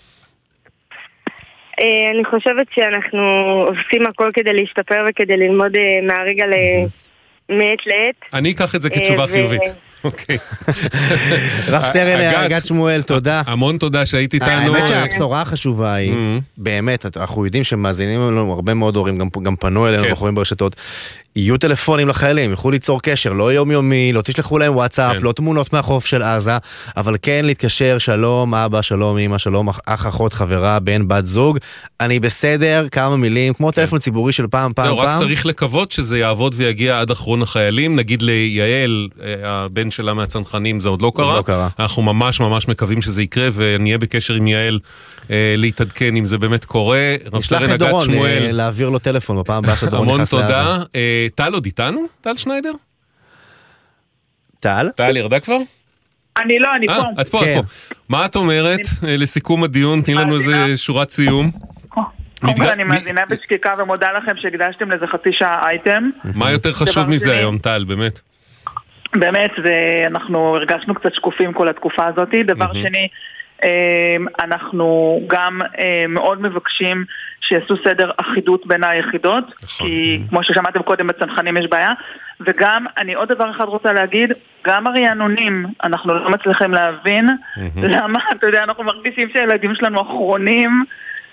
אני חושבת שאנחנו עושים הכל כדי להשתפר וכדי ללמוד מהרגע מעת לעת. אני אקח את זה כתשובה חיובית. אוקיי. רב סרן אגת שמואל, תודה. המון תודה שהיית איתנו. האמת שהבשורה החשובה היא, באמת, אנחנו יודעים שמאזינים לנו הרבה מאוד הורים, גם פנו אלינו, אנחנו רואים ברשתות, יהיו טלפונים לחיילים, יוכלו ליצור קשר, לא יומיומי, לא תשלחו להם וואטסאפ, לא תמונות מהחוף של עזה, אבל כן להתקשר, שלום אבא, שלום אמא, שלום אח, אחות, חברה, בן, בת זוג, אני בסדר, כמה מילים, כמו טלפון ציבורי של פעם, פעם, זהו, פעם. רק צריך לקוות שזה יעבוד ויגיע עד אחרון החיילים, נגיד ליעל, הבן שלה מהצנחנים, זה עוד לא קרה, לא קרה. אנחנו ממש ממש מקווים שזה יקרה, ונהיה בקשר עם יעל להתעדכן אם זה באמת קורה. נשלח את דורון להעביר לו טלפון בפעם הבאה שדורון נכנס לעזה. המון תודה. טל עוד איתנו? טל שניידר? טל? טל ירדה כבר? אני לא, אני פה. את פה, את פה. מה את אומרת לסיכום הדיון? תני לנו איזה שורת סיום. קודם כל אני מאזינה בשקיקה ומודה לכם שהקדשתם לזה חצי שעה אייטם. מה יותר חשוב מזה היום, טל, באמת? באמת, אנחנו הרגשנו קצת שקופים כל התקופה הזאת. דבר שני, אנחנו גם מאוד מבקשים שיעשו סדר אחידות בין היחידות, כי כמו ששמעתם קודם בצנחנים יש בעיה, וגם אני עוד דבר אחד רוצה להגיד, גם הרענונים, אנחנו לא מצליחים להבין למה, אתה יודע, אנחנו מרגישים שהילדים שלנו אחרונים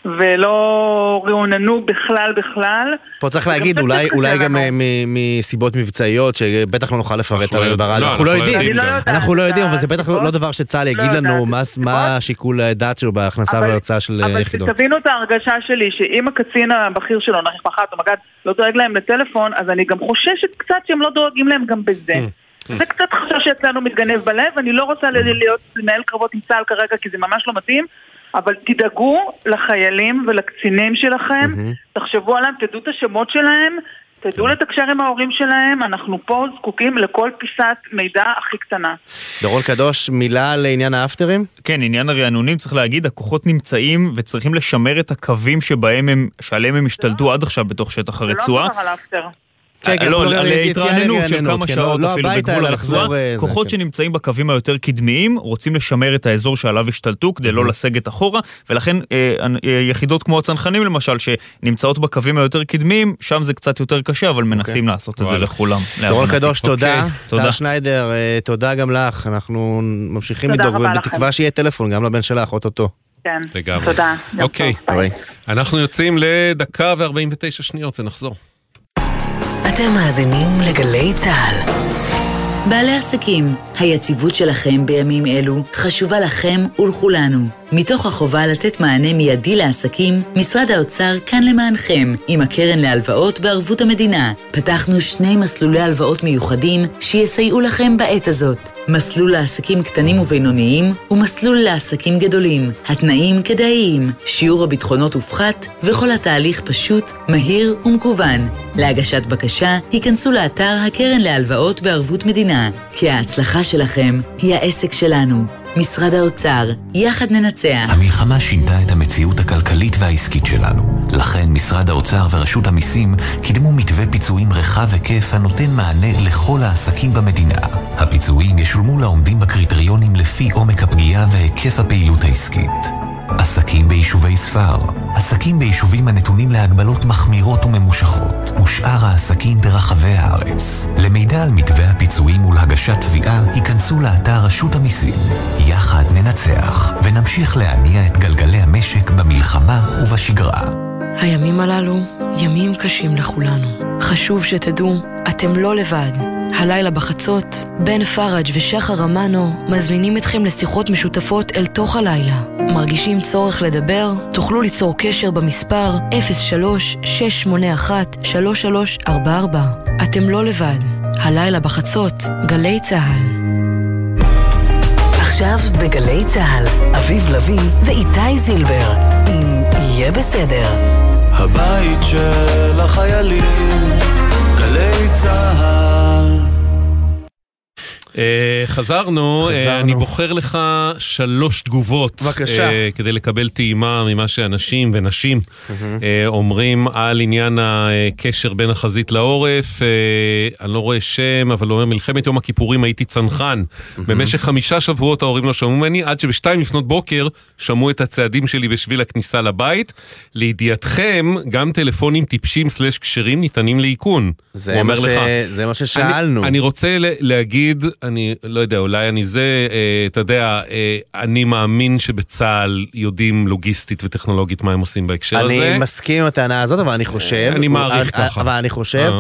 ולא רעוננו בכלל בכלל. פה צריך להגיד, אולי, אולי גם מסיבות מבצעיות, שבטח לא נוכל לפרט על ברעל. אנחנו לא יודעים, אנחנו לא יודעים, אבל זה בטח לא דבר שצה"ל יגיד לנו מה השיקול הדעת שלו בהכנסה וההרצאה של יחידות. אבל תבינו את ההרגשה שלי, שאם הקצין הבכיר שלו, נחי פחת או מגד, לא דואג להם לטלפון, אז אני גם חוששת קצת שהם לא דואגים להם גם בזה. זה קצת חשש שאצלנו מתגנב בלב, אני לא רוצה להיות לנהל קרבות עם צה"ל כרגע, כי זה ממש לא מתאים, אבל תדאגו לחיילים ולקצינים שלכם, mm-hmm. תחשבו עליהם, תדעו את השמות שלהם, תדעו okay. לתקשר עם ההורים שלהם, אנחנו פה זקוקים לכל פיסת מידע הכי קטנה. דורון קדוש, מילה לעניין האפטרים? כן, עניין הרענונים, צריך להגיד, הכוחות נמצאים וצריכים לשמר את הקווים שבהם הם, שעליהם הם השתלטו עד עכשיו בתוך שטח הרצועה. זה לא דבר על האפטר. לא, על התרעננות של כמה שעות אפילו בגבול הרצועה, כוחות שנמצאים בקווים היותר קדמיים רוצים לשמר את האזור שעליו השתלטו כדי לא לסגת אחורה, ולכן יחידות כמו הצנחנים למשל שנמצאות בקווים היותר קדמיים, שם זה קצת יותר קשה, אבל מנסים לעשות את זה לכולם. דורון קדוש, תודה. טל שניידר, תודה גם לך, אנחנו ממשיכים לדאוג ובתקווה שיהיה טלפון גם לבן שלך, אוטוטו. כן, תודה. אוקיי, אנחנו יוצאים לדקה ו-ארבעים ותשע שניות ונחזור. אתם מאזינים לגלי צהל. בעלי עסקים, היציבות שלכם בימים אלו חשובה לכם ולכולנו. מתוך החובה לתת מענה מיידי לעסקים, משרד האוצר כאן למענכם, עם הקרן להלוואות בערבות המדינה. פתחנו שני מסלולי הלוואות מיוחדים שיסייעו לכם בעת הזאת. מסלול לעסקים קטנים ובינוניים ומסלול לעסקים גדולים. התנאים כדאיים, שיעור הביטחונות הופחת וכל התהליך פשוט, מהיר ומקוון. להגשת בקשה, היכנסו לאתר הקרן להלוואות בערבות מדינה, כי ההצלחה שלכם היא העסק שלנו. משרד האוצר, יחד ננצח. המלחמה שינתה את המציאות הכלכלית והעסקית שלנו. לכן משרד האוצר ורשות המיסים קידמו מתווה פיצויים רחב היקף הנותן מענה לכל העסקים במדינה. הפיצויים ישולמו לעומדים בקריטריונים לפי עומק הפגיעה והיקף הפעילות העסקית. עסקים ביישובי ספר, עסקים ביישובים הנתונים להגבלות מחמירות וממושכות, ושאר העסקים ברחבי הארץ. למידע על מתווה הפיצויים ולהגשת תביעה, היכנסו לאתר רשות המיסים. יחד ננצח, ונמשיך להניע את גלגלי המשק במלחמה ובשגרה. הימים הללו ימים קשים לכולנו. חשוב שתדעו, אתם לא לבד. הלילה בחצות, בן פרג' ושחר אמנו מזמינים אתכם לשיחות משותפות אל תוך הלילה. מרגישים צורך לדבר? תוכלו ליצור קשר במספר אפס שלוש שש שמונה אחת שלוש שלוש ארבע ארבע. אתם לא לבד. הלילה בחצות, גלי צהל. עכשיו בגלי צהל, אביב לוי ואיתי זילבר, אם יהיה בסדר. הבית של החיילים, גלי צהל. חזרנו, אני בוחר לך שלוש תגובות כדי לקבל טעימה ממה שאנשים ונשים אומרים על עניין הקשר בין החזית לעורף. אני לא רואה שם, אבל אומר, מלחמת יום הכיפורים הייתי צנחן. במשך חמישה שבועות ההורים לא שמעו ממני, עד שבשתיים לפנות בוקר שמעו את הצעדים שלי בשביל הכניסה לבית. לידיעתכם, גם טלפונים טיפשים סלש קשרים ניתנים לעיקון. זה מה ששאלנו. אני רוצה להגיד, אני לא יודע, אולי אני זה, אה, אתה יודע, אה, אני מאמין שבצה"ל יודעים לוגיסטית וטכנולוגית מה הם עושים בהקשר אני הזה. אני מסכים עם הטענה הזאת, אבל אני חושב... אני מעריך ככה. אבל אני חושב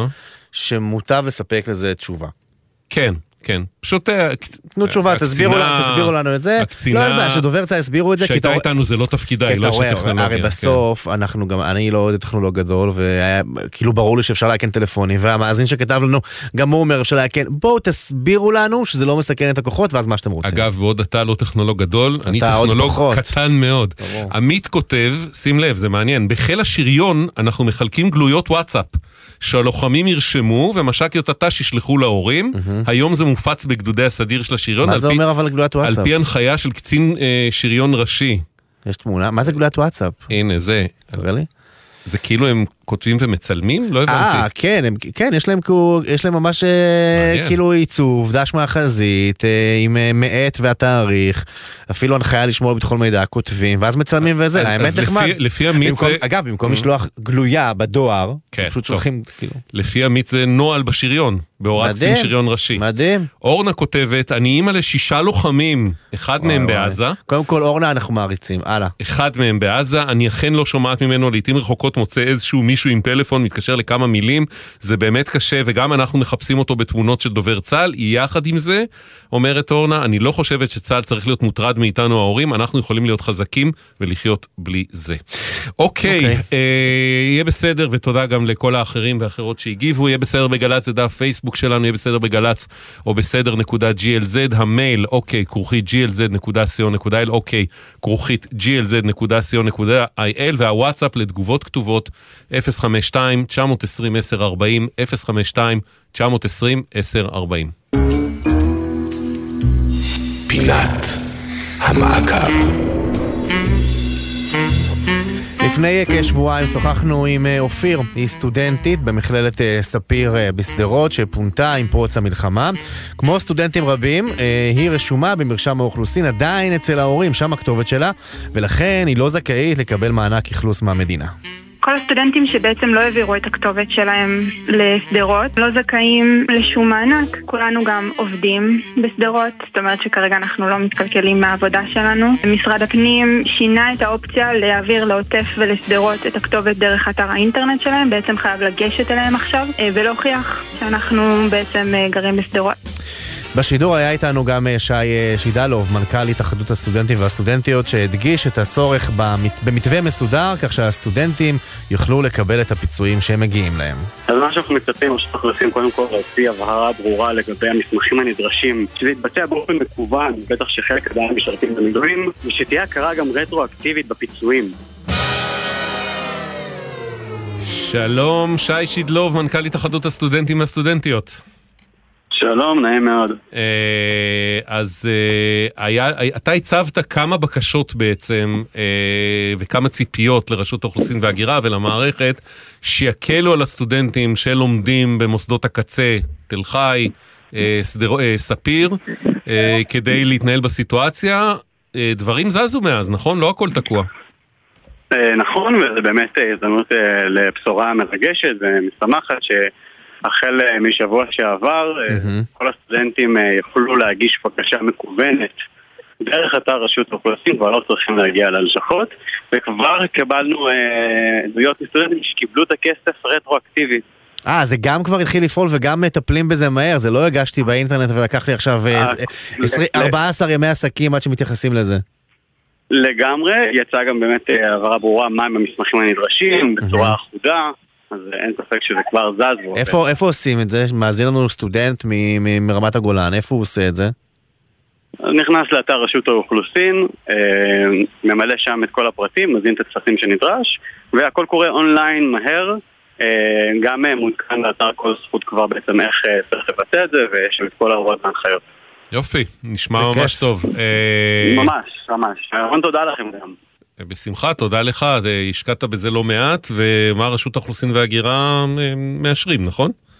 שמוטב לספק לזה תשובה. כן. כן, פשוט... תנו תשובה, תסבירו לנו את זה. הקצינה... לא יודע, שדובר צה הסבירו את זה. שהייתה איתנו זה לא תפקידה, היא לא יש טכנולוגיה. הרי בסוף, אנחנו גם, אני לא טכנולוג גדול, וכאילו ברור לי שאפשר להקן טלפונים, והמאזין שכתב לנו, גם הוא אומר, אפשר להקן, בואו תסבירו לנו שזה לא מסכן את הכוחות, ואז מה שאתם רוצים. אגב, ועוד אתה לא טכנולוג גדול, אני טכנולוג קטן מאוד. עמית כותב, שים לב, זה מעניין, בחיל השריון אנחנו מחלקים גלויות וואטסאפ. שהלוחמים ירשמו ומש"קיות הת"ש ישלחו להורים. היום זה מופץ בגדודי הסדיר של השריון. מה זה אומר אבל גלוית וואטסאפ? על פי הנחיה של קצין שריון ראשי. יש תמונה? מה זה גלוית וואטסאפ? הנה, זה. תראה לי. זה כאילו הם כותבים ומצלמים? לא הבנתי. אה, כן, הם, כן, יש להם, יש להם ממש מעניין. כאילו עיצוב, דש מהחזית, עם מעט והתאריך, אפילו הנחיה לשמור ביטחון מידע, כותבים, ואז מצלמים וזה, האמת נחמד. לפי, לפי המיץ במקום, זה... אגב, במקום לשלוח גלויה בדואר, כן, פשוט שולחים, כאילו. לפי המיץ זה נועל בשריון, בהוראת קצין שריון ראשי. מדהים. אורנה כותבת, אני אימא לשישה לוחמים, אחד וואי, מהם וואי. בעזה. קודם כל, אורנה אנחנו מעריצים, הלאה. אחד מהם בעזה, אני אכן לא שומעת ממנו, לעתים רחוקות מוצא איזשהו מישהו עם טלפון, מתקשר לכמה מילים, זה באמת קשה, וגם אנחנו מחפשים אותו בתמונות של דובר צה"ל, יחד עם זה, אומרת אורנה, אני לא חושבת שצה"ל צריך להיות מוטרד מאיתנו ההורים, אנחנו יכולים להיות חזקים ולחיות בלי זה. אוקיי, אוקיי. אה, יהיה בסדר, ותודה גם לכל האחרים ואחרות שהגיבו, יהיה בסדר בגלץ, זה דף פייסבוק שלנו, יהיה בסדר בגלץ, או בסדר נקודה ג'י אל זד, המייל, אוקיי, כרוכית ג'י אל זד נקודה סי או נקודה איי אל, אוקיי, כרוכית ג'י אל זד נקודה סי או נקודה איי אל, והוואטסאפ לתגובות כתובות, אפס חמש שתיים תשע עשרים עשר ארבעים, אפס חמש שתיים תשע עשרים עשר ארבעים. פינת המעקב. לפני כשבועיים שוחחנו עם אופיר, היא סטודנטית במכללת ספיר בסדרות שפונתה עם פרוץ המלחמה. כמו סטודנטים רבים, היא רשומה במרשם האוכלוסין עדיין אצל ההורים, שם הכתובת שלה, ולכן היא לא זכאית לקבל מענק אכלוס מהמדינה. כל הסטודנטים שבעצם לא העבירו את הכתובת שלהם לסדרות לא זכאים לשום מענק. כולנו גם עובדים בסדרות, זאת אומרת שכרגע אנחנו לא מתקלקלים מהעבודה שלנו. משרד הפנים שינה את האופציה להעביר לעוטף ולסדרות את הכתובת דרך אתר האינטרנט שלהם, בעצם חייב לגשת אליהם עכשיו ולהוכיח שאנחנו בעצם גרים בסדרות. בשידור היה איתנו גם שי שידלוב, מנכ"ל התאחדות הסטודנטים והסטודנטיות, שהדגיש את הצורך במתווה מסודר, כך שהסטודנטים יוכלו לקבל את הפיצויים שהם מגיעים להם. אז מה שאנחנו מצפים, מה שאנחנו עושים קודם כל להוציא הבהרה ברורה לגבי המסמכים הנדרשים, שזה יתבצע באופן מקוון, בטח שחלק עדיין משרתים במילואים, ושתהיה הכרה גם רטרואקטיבית בפיצויים. שלום, שי שידלוב, מנכ"ל התאחדות הסטודנטים והסטודנטיות. שלום, נעים מאוד. אז היה, אתה הצבת כמה בקשות בעצם, וכמה ציפיות לרשות האוכלוסין וההגירה ולמערכת, שיקלו על הסטודנטים שלומדים במוסדות הקצה, תל חי, ספיר, כדי להתנהל בסיטואציה. דברים זזו מאז, נכון? לא הכל תקוע. נכון, וזה באמת הזדמנות לבשורה מרגשת ומשמחת ש... החל משבוע שעבר, כל הסטודנטים יכולו להגיש בקשה מקוונת דרך אתר רשות האוכלוסין, כבר לא צריכים להגיע ללשכות, וכבר קיבלנו עדויות מסטודנטים שקיבלו את הכסף רטרואקטיבית. אה, זה גם כבר התחיל לפעול וגם מטפלים בזה מהר, זה לא הגשתי באינטרנט ולקח לי עכשיו ארבעה עשר ימי עסקים עד שמתייחסים לזה. לגמרי, יצאה גם באמת הבהרה ברורה מהם המסמכים הנדרשים, בצורה אחודה, אז אין ספק שזה כבר זז. איפה, איפה עושים את זה? מאזין לנו סטודנט מ- מרמת הגולן, איפה הוא עושה את זה? נכנס לאתר רשות האוכלוסין, ממלא שם את כל הפרטים, מזין את הצפים שנדרש, והכל קורה אונליין מהר, גם מותקן לאתר כל זכות כבר בעצם איך צריך לבצע את זה, ויש את כל ההוראות והנחיות. יופי, נשמע ממש טוב. ממש, ממש. המון תודה לכם גם. בשמחה, תודה לך, השקעת בזה לא מעט, ומה רשות האוכלוסין וההגירה מאשרים, נכון?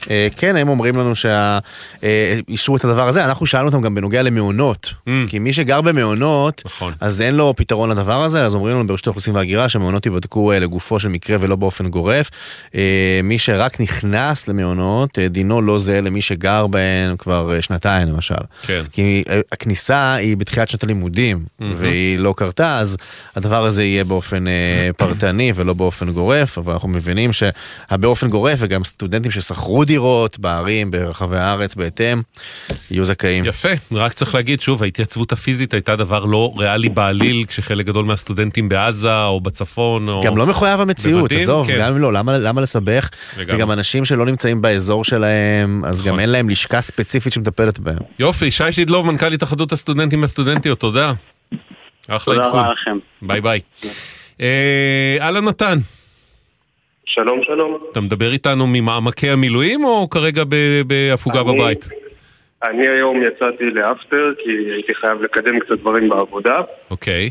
כן, הם אומרים לנו שאישרו את הדבר הזה, אנחנו שאלנו אותם גם בנוגע למעונות, כי מי שגר במעונות, אז אין לו פתרון לדבר הזה, אז אומרים לנו ברשות האוכלוסין וההגירה שמעונות ייבדקו לגופו של מקרה ולא באופן גורף, מי שרק נכנס למעונות, דינו לא זה למי שגר בהן כבר שנתיים למשל, כי הכניסה היא בתחילת שנת הלימודים, והיא לא קרתה, אז הדבר הזה יהיה באופן פרטני ולא באופן גורף, אבל אנחנו מבינים שבאופן גורף וגם סטודנטים ששכרו דירות בערים, ברחבי הארץ בהתאם, יהיו זכאים. יפה, רק צריך להגיד שוב, ההתייצבות הפיזית הייתה דבר לא ריאלי בעליל, כשחלק גדול מהסטודנטים בעזה או בצפון. או גם לא מחויב המציאות, עזוב, כן. גם לא, למה, למה לסבך? וגם... זה גם אנשים שלא נמצאים באזור שלהם, אז נכון. גם אין להם לשכה ספציפית שמטפלת בהם. יופי, שי שידלוב, מנכ"ל התאחדות הסטודנטים והסטודנטיות, תודה. תודה רבה לכם. ביי ביי. אלן מתן. שלום, שלום. אתה מדבר איתנו ממעמקי המילואים או כרגע בהפוגה בבית? אני היום יצאתי לאפטר כי הייתי חייב לקדם קצת דברים בעבודה. אוקיי.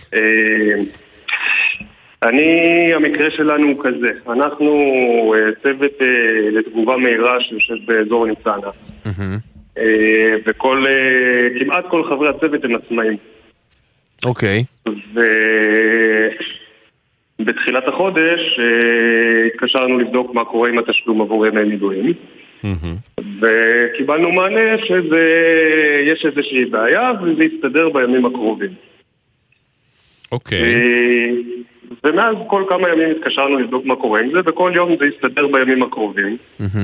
אני, המקרה שלנו הוא כזה. אנחנו צוות לתגובה מהירה שיושב באזור ניצנה. וכל, כמעט כל חברי הצוות הם עצמאים. אוקיי. ו... בתחילת החודש התקשרנו לבדוק מה קורה עם התשלום עבור ימי מילואים וקיבלנו מענה שיש איזושהי בעיה וזה יסתדר בימים הקרובים. אוקיי. ומאז כל כמה ימים התקשרנו לבדוק מה קורה עם זה וכל יום זה יסתדר בימים הקרובים.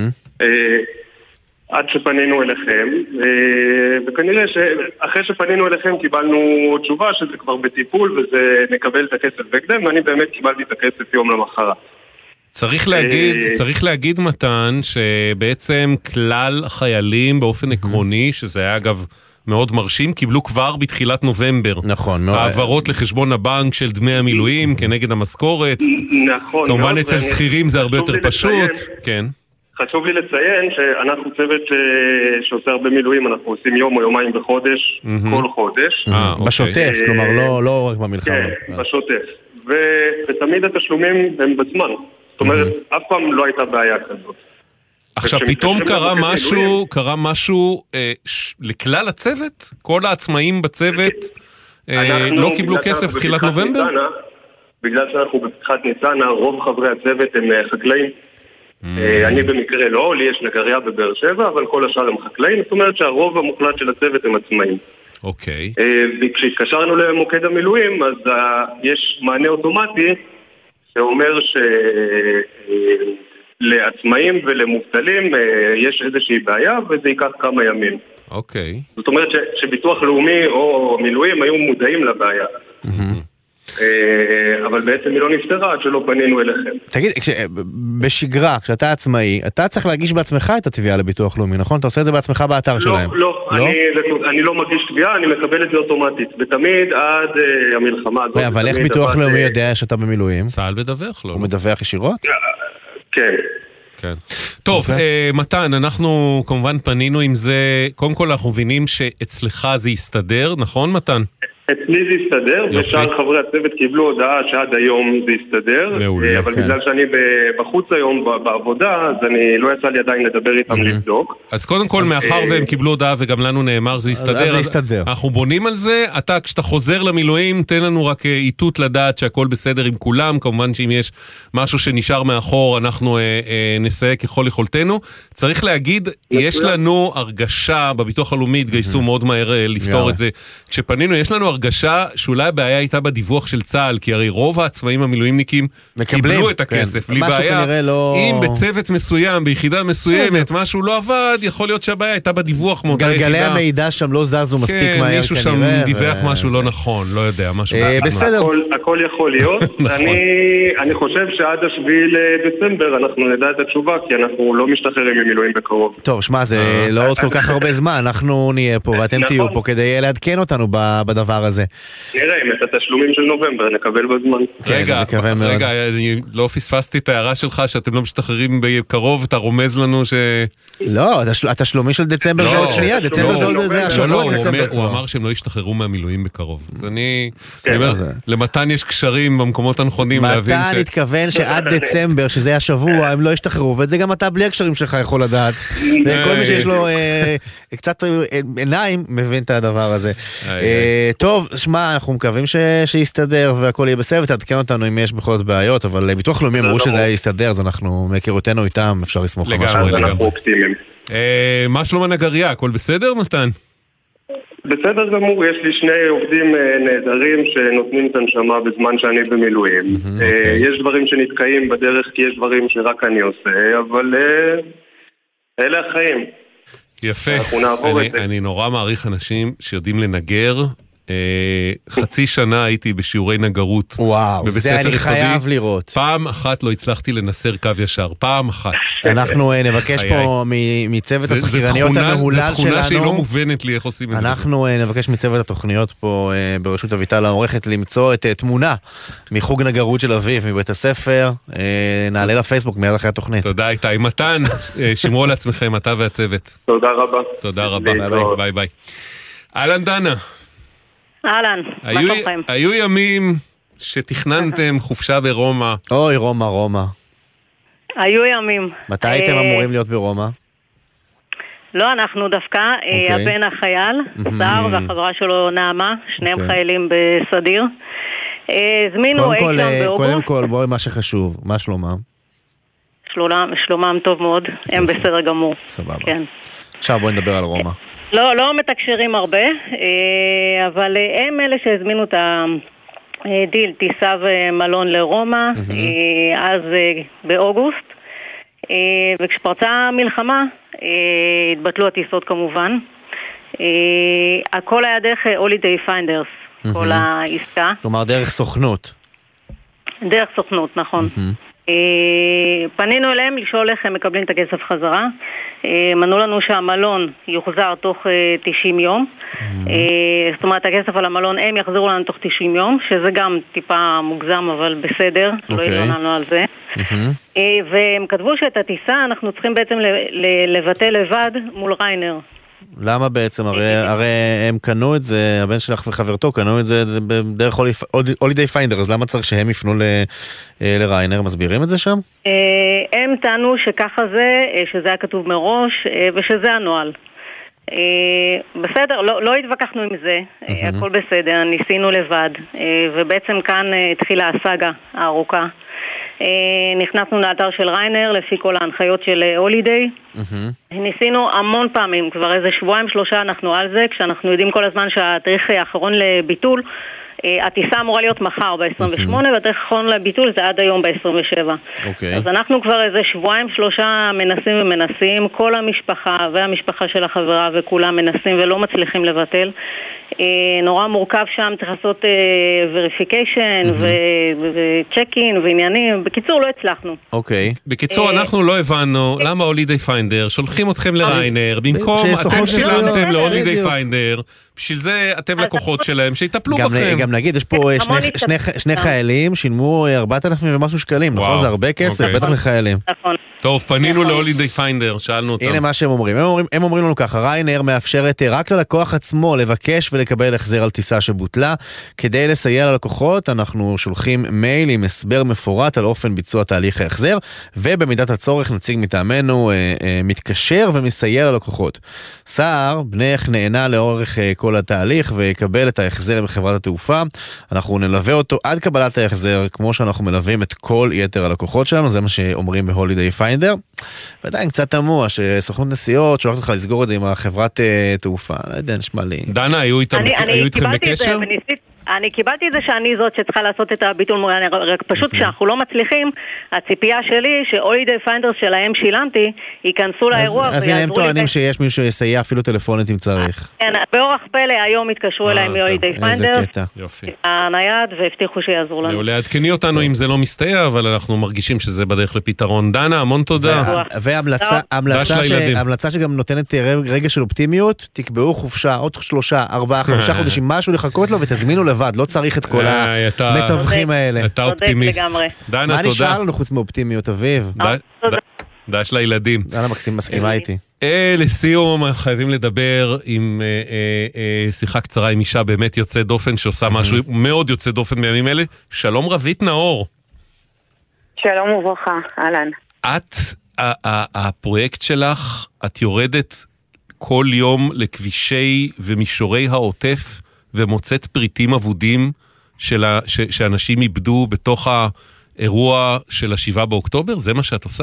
עד שפנינו אליכם, וכנראה שאחרי שפנינו אליכם קיבלנו תשובה שזה כבר בטיפול וזה נקבל את הכסף בהקדם, ואני באמת קיבלתי את הכסף יום למחרת. צריך להגיד, צריך להגיד מתן שבעצם כלל החיילים באופן עקרוני, שזה היה אגב מאוד מרשים, קיבלו כבר בתחילת נובמבר. נכון. העברות לחשבון הבנק של דמי המילואים כנגד המשכורת. נכון. כמובן אצל שכירים זה הרבה יותר פשוט. כן. חשוב לי לציין שאנחנו צוות שעושה הרבה מילואים, אנחנו עושים יום או יומיים בחודש, כל חודש. בשוטף, כלומר לא רק במלחמה. כן, בשוטף. ותמיד התשלומים הם בזמן. זאת אומרת, אף פעם לא הייתה בעיה כזאת. עכשיו פתאום קרה משהו, קרה משהו לכלל הצוות? כל העצמאים בצוות לא קיבלו כסף בתחילת נובמבר? בגלל שאנחנו בפתחת ניצנה, רוב חברי הצוות הם חקלאים. אני במקרה לא, לי יש נגריה בבאר שבע, אבל כל השאר הם חקלאים, זאת אומרת שהרוב המוחלט של הצוות הם עצמאים. אוקיי. וכשהתקשרנו למוקד המילואים, אז יש מענה אוטומטי שאומר שלעצמאים ולמובטלים יש איזושהי בעיה, וזה ייקח כמה ימים. אוקיי. זאת אומרת שביטוח לאומי או מילואים היו מודעים לבעיה. אבל בעצם היא לא נפתרה עד שלא פנינו אליכם. תגיד, בשגרה, כשאתה עצמאי, אתה צריך להגיש בעצמך את התביעה לביטוח לאומי, נכון? אתה עושה את זה בעצמך באתר שלהם. לא, לא, אני לא מגיש תביעה, אני מקבל את זה אוטומטית, ותמיד עד המלחמה הזאת. אבל איך ביטוח לאומי יודע שאתה במילואים? צה"ל מדווח לו. הוא מדווח ישירות? כן. כן. טוב, מתן, אנחנו כמובן פנינו עם זה, קודם כל אנחנו מבינים שאצלך זה יסתדר, נכון מתן? אצלי זה יסתדר, ושאר חברי הצוות קיבלו הודעה שעד היום זה יסתדר, מעולה, אבל כן. בגלל שאני בחוץ היום בעבודה, אז אני לא יצא לי עדיין לדבר איתם לבדוק. אז קודם כל, מאחר והם קיבלו הודעה וגם לנו נאמר זה יסתדר, אז זה יסתדר. אנחנו בונים על זה, אתה כשאתה חוזר למילואים, תן לנו רק איתות לדעת שהכל בסדר עם כולם, כמובן שאם יש משהו שנשאר מאחור, אנחנו אה, אה, נסייע ככל יכולתנו. צריך להגיד, יש לנו הרגשה, בביטוח הלאומי התגייסו מאוד מהר לפתור את זה, כשפנינו, יש לנו הרגשה שאולי הבעיה הייתה בדיווח של צה"ל, כי הרי רוב העצמאים המילואימניקים קיבלו את הכסף, בלי בעיה. אם בצוות מסוים, ביחידה מסוימת, משהו לא עבד, יכול להיות שהבעיה הייתה בדיווח מאותה יחידה. גלגלי המידע שם לא זזו מספיק מהר כנראה. כן, מישהו שם דיווח משהו לא נכון, לא יודע, משהו בסדר. הכל יכול להיות. אני חושב שעד השביעי לדצמבר אנחנו נדע את התשובה, כי אנחנו לא משתחררים ממילואים בקרוב. טוב, שמע, זה לא עוד כל כך הרבה זמן, אנחנו נהיה פה ואתם תהיו פה כדי לעדכן אותנו בדבר הזה. נראה אם את התשלומים של נובמבר נקבל בזמן. רגע, רגע, אני לא פספסתי את ההערה שלך שאתם לא משתחררים בקרוב, אתה רומז לנו ש... לא, התשלומים של דצמבר זה עוד שנייה, דצמבר זה עוד זה השבוע דצמבר. הוא אמר שהם לא ישתחררו מהמילואים בקרוב. אז אני אומר, למתן יש קשרים במקומות הנכונים להבין ש... מתן התכוון שעד דצמבר, שזה השבוע, הם לא ישתחררו, ואת זה גם אתה בלי הקשרים שלך יכול לדעת. כל מי שיש לו קצת עיניים מבין את הדבר הזה. טוב, שמע, אנחנו מקווים שיסתדר והכל יהיה בסדר, ותעדכן אותנו אם יש בכל זאת בעיות, אבל ביטוח לאומי אמרו שזה יסתדר, אז אנחנו מהיכרותנו איתם, אפשר לסמוך על משהו. לגמרי, לגמרי. מה שלום הנגריה? הכל בסדר, מתן? בסדר גמור, יש לי שני עובדים נהדרים שנותנים את הנשמה בזמן שאני במילואים. יש דברים שנתקעים בדרך כי יש דברים שרק אני עושה, אבל אלה החיים. יפה, אני, אני נורא מעריך אנשים שיודעים לנגר. חצי שנה הייתי בשיעורי נגרות. וואו, זה אני חייב לראות. פעם אחת לא הצלחתי לנסר קו ישר, פעם אחת. אנחנו נבקש פה מצוות התחקירניות המהולל שלנו. זו תכונה שהיא לא מובנת לי איך עושים את זה. אנחנו נבקש מצוות התוכניות פה בראשות אביטל העורכת למצוא את תמונה מחוג נגרות של אביב מבית הספר. נעלה לפייסבוק מיד אחרי התוכנית. תודה איתי. מתן, שמרו על עצמכם, אתה והצוות. תודה רבה. תודה רבה. ביי ביי. אהלן דנה. אהלן, מה שלומכם? היו ימים שתכננתם חופשה ברומא. אוי, רומא, רומא. היו ימים. מתי הייתם אמורים להיות ברומא? לא, אנחנו דווקא, הבן החייל, סער, והחברה שלו נעמה, שניהם חיילים בסדיר. הזמינו אי שם באוגוסט. קודם כל, בואי מה שחשוב, מה שלומם? שלומם טוב מאוד, הם בסדר גמור. סבבה. עכשיו בואי נדבר על רומא. לא, לא מתקשרים הרבה, אבל הם אלה שהזמינו את הדיל, טיסה ומלון לרומא, אז באוגוסט, וכשפרצה המלחמה, התבטלו הטיסות כמובן. הכל היה דרך Holiday Finders, כל העסקה. כלומר, דרך סוכנות. דרך סוכנות, נכון. פנינו אליהם לשאול איך הם מקבלים את הכסף חזרה. מנו לנו שהמלון יוחזר תוך תשעים יום. זאת אומרת, הכסף על המלון הם יחזרו לנו תוך תשעים יום, שזה גם טיפה מוגזם, אבל בסדר, לא התלוננו על זה. והם כתבו שאת הטיסה אנחנו צריכים בעצם לבטל לבד מול ריינר. למה בעצם? הרי, הרי הם קנו את זה, הבן שלך וחברתו קנו את זה דרך Holiday Finder, אז למה צריך שהם יפנו ל, לריינר? מסבירים את זה שם? הם טענו שככה זה, שזה היה כתוב מראש, ושזה הנועל. בסדר, לא, לא התווכחנו עם זה, הכל בסדר, ניסינו לבד, ובעצם כאן התחילה הסאגה הארוכה. נכנסנו לאתר של ריינר לפי כל ההנחיות של הולידיי. ניסינו המון פעמים, כבר איזה שבועיים שלושה אנחנו על זה, כשאנחנו יודעים כל הזמן שהתאריך האחרון לביטול, הטיסה אמורה להיות מחר ב-עשרים ושמונה, והתאריך האחרון לביטול זה עד היום ב-עשרים ושבע. אז אנחנו כבר איזה שבועיים שלושה מנסים ומנסים, כל המשפחה והמשפחה של החברה וכולם מנסים ולא מצליחים לבטל. נורא מורכב שם, צריך לעשות וריפיקיישן וצ'קין ועניינים. בקיצור, לא הצלחנו. אוקיי. בקיצור, אנחנו לא הבנו למה הולידיי פיינדר שולחים אתכם לריינר, במקום אתם שילמתם להולידיי פיינדר, בשביל זה אתם לקוחות שלהם, שיטפלו בכם. גם נגיד, יש פה שני חיילים, שילמו ארבעת אלפים ומשהו שקלים, נכון? זה הרבה כסף, בטח לחיילים. נכון. טוב, פנינו להולידיי פיינדר, שאלנו אותם. הנה מה שהם אומרים. הם אומרים לנו ככה, ריינר מאפשרת רק ללקוח עצמו לבקש ולקבל החזר על טיסה שבוטלה. כדי לסייע ללקוחות, אנחנו שולחים מייל עם הסבר מפורט על אופן ביצוע תהליך ההחזר, ובמידת הצורך נציג מטעמנו מתקשר ומסייע ללקוחות. סער, בנך, נהנה לאורך כל התהליך ויקבל את ההחזר מחברת התעופה. אנחנו נלווה אותו עד קבלת ההחזר, כמו שאנחנו מלווים את כל יתר הלקוחות שלנו, זה מה שאומרים בהולידיי פיינדר. ועדיין קצת תמוה שסוכנות נסיעות שולחת לך לסגור את זה עם החברת תעופה. לא יודע, נשמע לי. דנה, היו איתכם בקשר? אני קיבלתי את זה שאני זאת שצריכה לעשות את הביטול מורי, רק פשוט כשאנחנו לא מצליחים, הציפייה שלי ש-Holiday Finders שלהם שילמתי, ייכנסו לאירוע אז הנה הם טוענים שיש מישהו שיסייע אפילו טלפונית אם צריך. כן, באורח פלא היום התקשרו אליי מ-Holiday Finders. איזה קטע. יופי. הנייד והבטיחו שיעזרו לנו. מעולה, עדכני אותנו אם זה לא מסתייע, אבל אנחנו מרגישים שזה בדרך לפתרון. דנה, המון תודה. והמלצה שגם נותנת רגע של אופטימיות, תקבעו חופשה עוד שלושה, ארבעה, חמישה חודשים, משהו לחכות לו ותזמינו לבד, לא צריך את כל המתווכים האלה. אתה אופטימיסט. דנה, תודה. מה נשאר לנו חוץ מאופטימיות, אביב? דש לילדים. דנה מקסים מסכימה איתי. לסיום, חייבים לדבר עם שיחה קצרה עם אישה באמת יוצא דופן, שעושה משהו מאוד יוצא דופן בימים אלה. שלום רבית נאור. שלום וברכה, אהלן. את, הפרויקט שלך, את יורדת כל יום לכבישי ומישורי העוטף, ומוצאת פריטים אבודים שאנשים איבדו בתוך האירוע של השבעה באוקטובר? זה מה שאת עושה?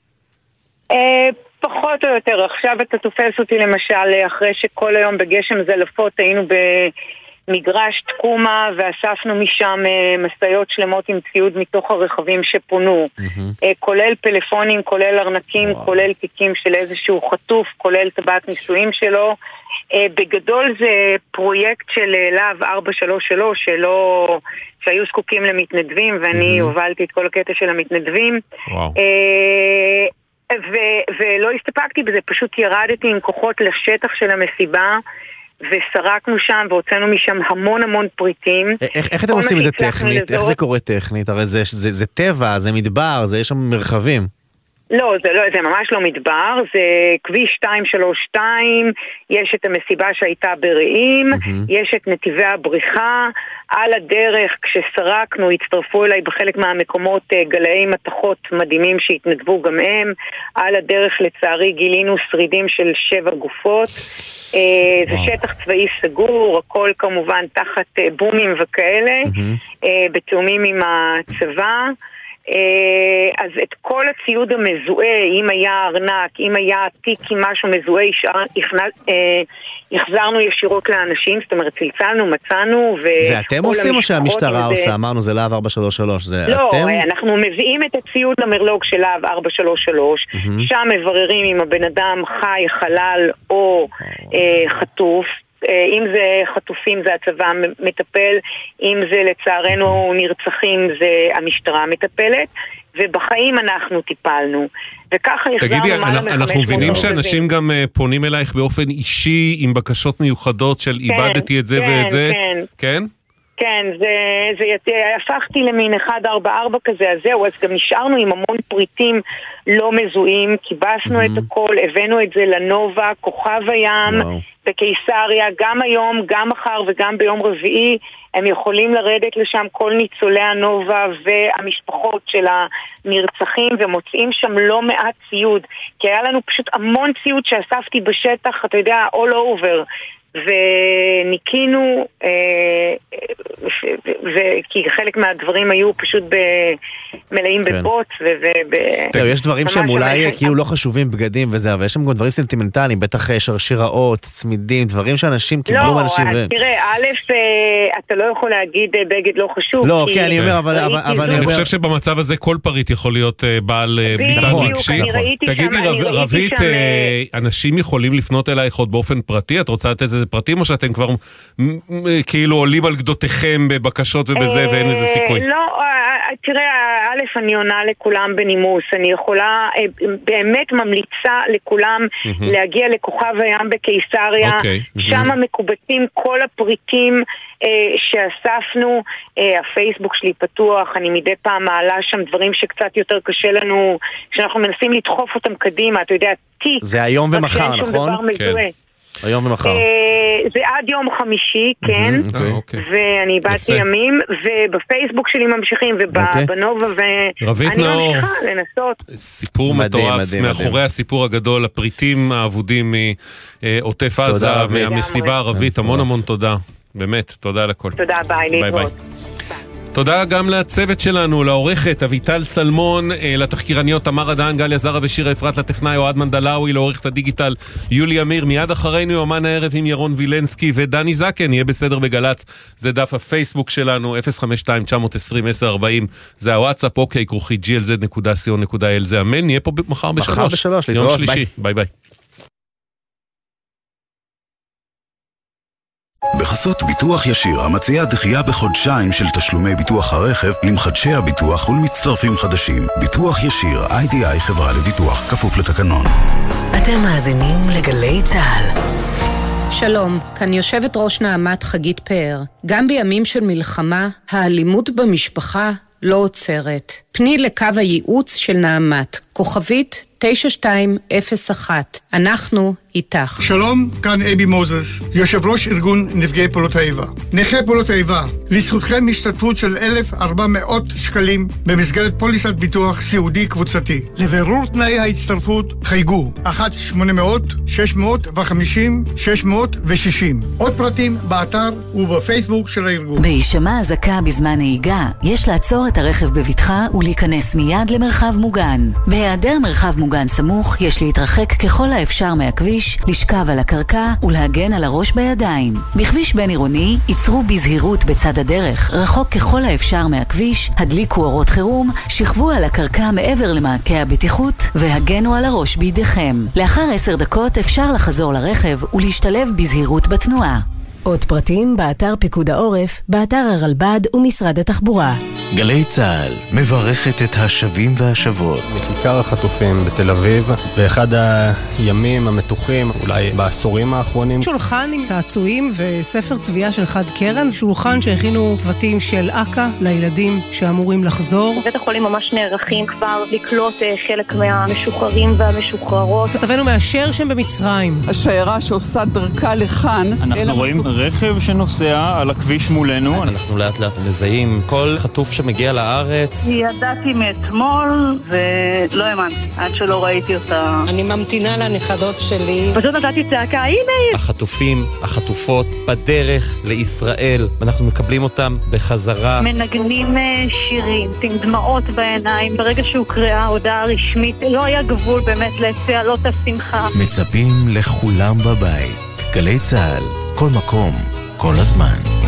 פחות או יותר. עכשיו אתה תופס אותי למשל אחרי שכל היום בגשם זלפות היינו במגרש תקומה ואספנו משם מסעיות שלמות עם ציוד מתוך הרכבים שפונו, כולל פלאפונים, כולל ארנקים, כולל תיקים של איזשהו חטוף, כולל טבעת נישואים שלו. בגדול זה פרויקט של להב ארבע שלוש שלוש שלא, שהיו זקוקים למתנדבים, ואני הובלתי את כל הקטע של המתנדבים. וואו. ו- ולא הסתפקתי בזה, פשוט ירדתי עם כוחות לשטח של המסיבה וסרקנו שם והוצאנו משם המון המון פריטים. איך, איך אתם עושים את זה טכנית? לזאת... איך זה קורה טכנית? הרי זה, זה, זה טבע, זה מדבר, זה יש שם מרחבים. לא, זה לא, זה ממש לא מדבר, זה כביש שתיים שלוש שתיים, יש את המסיבה שהייתה ברעים, mm-hmm. יש את נתיבי הבריחה, על הדרך כשסרקנו הצטרפו אליי בחלק מהמקומות גלאי מתכות מדהימים שהתנדבו גם הם, על הדרך לצערי גילינו שרידים של שבע גופות, זה שטח צבאי סגור, הכל כמובן תחת בומים וכאלה, mm-hmm. בתאומים עם הצבא, אז את כל הציוד המזוהה, אם היה ארנק, אם היה תיק עם משהו מזוהה, החזרנו ישירות לאנשים, זאת אומרת, צלצלנו, מצאנו. זה אתם עושים או שהמשטרה עושה? אמרנו, זה להב ארבע שלוש שלוש, זה אתם? לא, אנחנו מביאים את הציוד למרלוג של להב ארבע שלוש שלוש, שם מבררים אם הבן אדם חי, חלל או חטוף. אם זה חטופים זה הצבא מטפל, אם זה לצערנו נרצחים זה המשטרה מטפלת, ובחיים אנחנו טיפלנו, וככה החזרנו מעלה מחמש מאות. אנחנו מבינים שאנשים גם פונים אלייך באופן אישי עם בקשות מיוחדות של איבדתי את זה ואת זה, כן? כן, זה, זה, הפכתי למין אחד ארבע ארבע כזה, אז זהו, אז גם נשארנו עם המון פריטים לא מזוהים, קיבסנו את הכל, הבאנו את זה לנובה, כוכב הים, בקיסריה, גם היום, גם מחר וגם ביום רביעי, הם יכולים לרדת לשם כל ניצולי הנובה והמשפחות של הנרצחים, ומוצאים שם לא מעט ציוד, כי היה לנו פשוט המון ציוד שאספתי בשטח, אתה יודע, all over, וניקינו, כי חלק מהדברים היו פשוט מלאים בבוט. יש דברים שהם אולי כאילו לא חשובים, בגדים וזה, אבל יש שם גם דברים סנטימנטליים, בטח שרשראות, צמידים, דברים שאנשים קיבלו מאנשים. לא, תראה, א', אתה לא יכול להגיד בגד לא חשוב. לא, כן, אני אומר, אבל אני חושב שבמצב הזה כל פריט יכול להיות בעל מטען רגשי. תגידי, רבית, אנשים יכולים לפנות אלייך עוד באופן פרטי? את רוצה לתת איזה פרטים, או שאתם כבר כאילו עולים על גדותיכם בבקשות ובזה ואין איזה סיכוי? לא, תראה, א', אני עונה לכולם בנימוס, אני יכולה, באמת ממליצה לכולם להגיע לכוכב הים בקיסריה, שם מקובצים כל הפריטים שאספנו, הפייסבוק שלי פתוח, אני מדי פעם מעלה שם דברים שקצת יותר קשה לנו, שאנחנו מנסים לדחוף אותם קדימה, אתה יודע, תיק. זה היום ומחר, נכון? כן. היום ומחר. זה עד יום חמישי, כן, ואני באתי ימים, ובפייסבוק שלי ממשיכים, ובנובה, ואני ממשיכה לנסות. סיפור מטורף, מאחורי הסיפור הגדול, הפריטים האבודים מעוטף עזה, מהמסיבה הערבית, המון המון תודה. באמת, תודה על הכל. תודה, ביי, להתראות. תודה גם לצוות שלנו, לעורכת אביטל סלמון, לתחקירניות תמר עדן, גליה זרה ושירה אפרת, לטכנאי אוהד מנדלאוי, לעורכת הדיגיטל יולי אמיר. מיד אחרינו יומן הערב עם ירון וילנסקי ודני זקן. יהיה בסדר בגלץ, זה דף הפייסבוק שלנו, אפס חמש שתיים תשע עשרים עשר ארבעים, זה הוואטסאפ, אוקיי, כרוכי ג'י אל זד נקודה סי או נקודה אל, זה אמן. נהיה פה מחר בשלוש. מחר בשלוש, יום שלישי, ביי ביי. בחסות ביטוח ישיר, המציעה דחייה בחודשיים של תשלומי ביטוח הרכב למחדשי הביטוח ולמצטרפים חדשים. ביטוח ישיר, איי די איי חברה לביטוח, כפוף לתקנון. אתם מאזינים לגלי צהל. שלום, כאן יושבת ראש נעמת חגית פאר. גם בימים של מלחמה, האלימות במשפחה לא עוצרת. פני לקו הייעוץ של נעמת, כוכבית תשע שתיים אפס אחת. אנחנו איתך. שלום, כאן אבי מוזס, יושב ראש ארגון נפגעי פעולות האיבה. נכי פעולות האיבה, לזכותכם השתתפות של אלף וארבע מאות שקלים במסגרת פוליסת ביטוח סיעודי קבוצתי. לבירור תנאי ההצטרפות חייגו אחת שמונה מאות שש מאות וחמישים שש מאות ושישים. עוד פרטים באתר ובפייסבוק של הארגון. בהישמע אזעקה בזמן נהיגה, יש לעצור את הרכב בבטחה ולהיכנס מיד למרחב מוגן. בהיעדר מרחב מוגן סמוך, יש להתרחק ככל האפשר מהכביש, לשכב על הקרקע ולהגן על הראש בידיים. בכביש בין עירוני, ייצרו בזהירות בצד הדרך, רחוק ככל האפשר מהכביש, הדליקו אורות חירום, שכבו על הקרקע מעבר למעקי הבטיחות והגנו על הראש בידיכם. לאחר עשר דקות אפשר לחזור לרכב ולהשתלב בזהירות בתנועה. עוד פרטים באתר פיקוד העורף, באתר הרלב"ד ומשרד התחבורה. גלי צהל מברכת את השבים והשבות. מכיכר החטופים בתל אביב, באחד הימים המתוחים, אולי בעשורים האחרונים. שולחן עם צעצועים וספר צביעה של חד קרן, שולחן שהכינו צוותים של אק"א לילדים שאמורים לחזור. בית החולים ממש נערכים כבר לקלוט חלק מהמשוחררים והמשוחררות. כתבנו מאשר שהם במצרים. השיירה שעושה דרכה לכאן. אנחנו רואים רכב שנוסע על הכביש מולנו. אנחנו לאט לאט מזהים כל חטוף שמגיע לארץ. ידעתי מאתמול ולא האמנתי עד שלא ראיתי אותה. אני ממתינה לנכדות שלי. פשוט נתתי צעקה, הנה היא. החטופים, החטופות בדרך לישראל, ואנחנו מקבלים אותם בחזרה. מנגנים שירים עם דמעות בעיניים. ברגע שהוקראה הודעה רשמית לא היה גבול באמת לצהלות השמחה. מצפים לכולם בבית. גלי צהל, כל מקום, כל הזמן.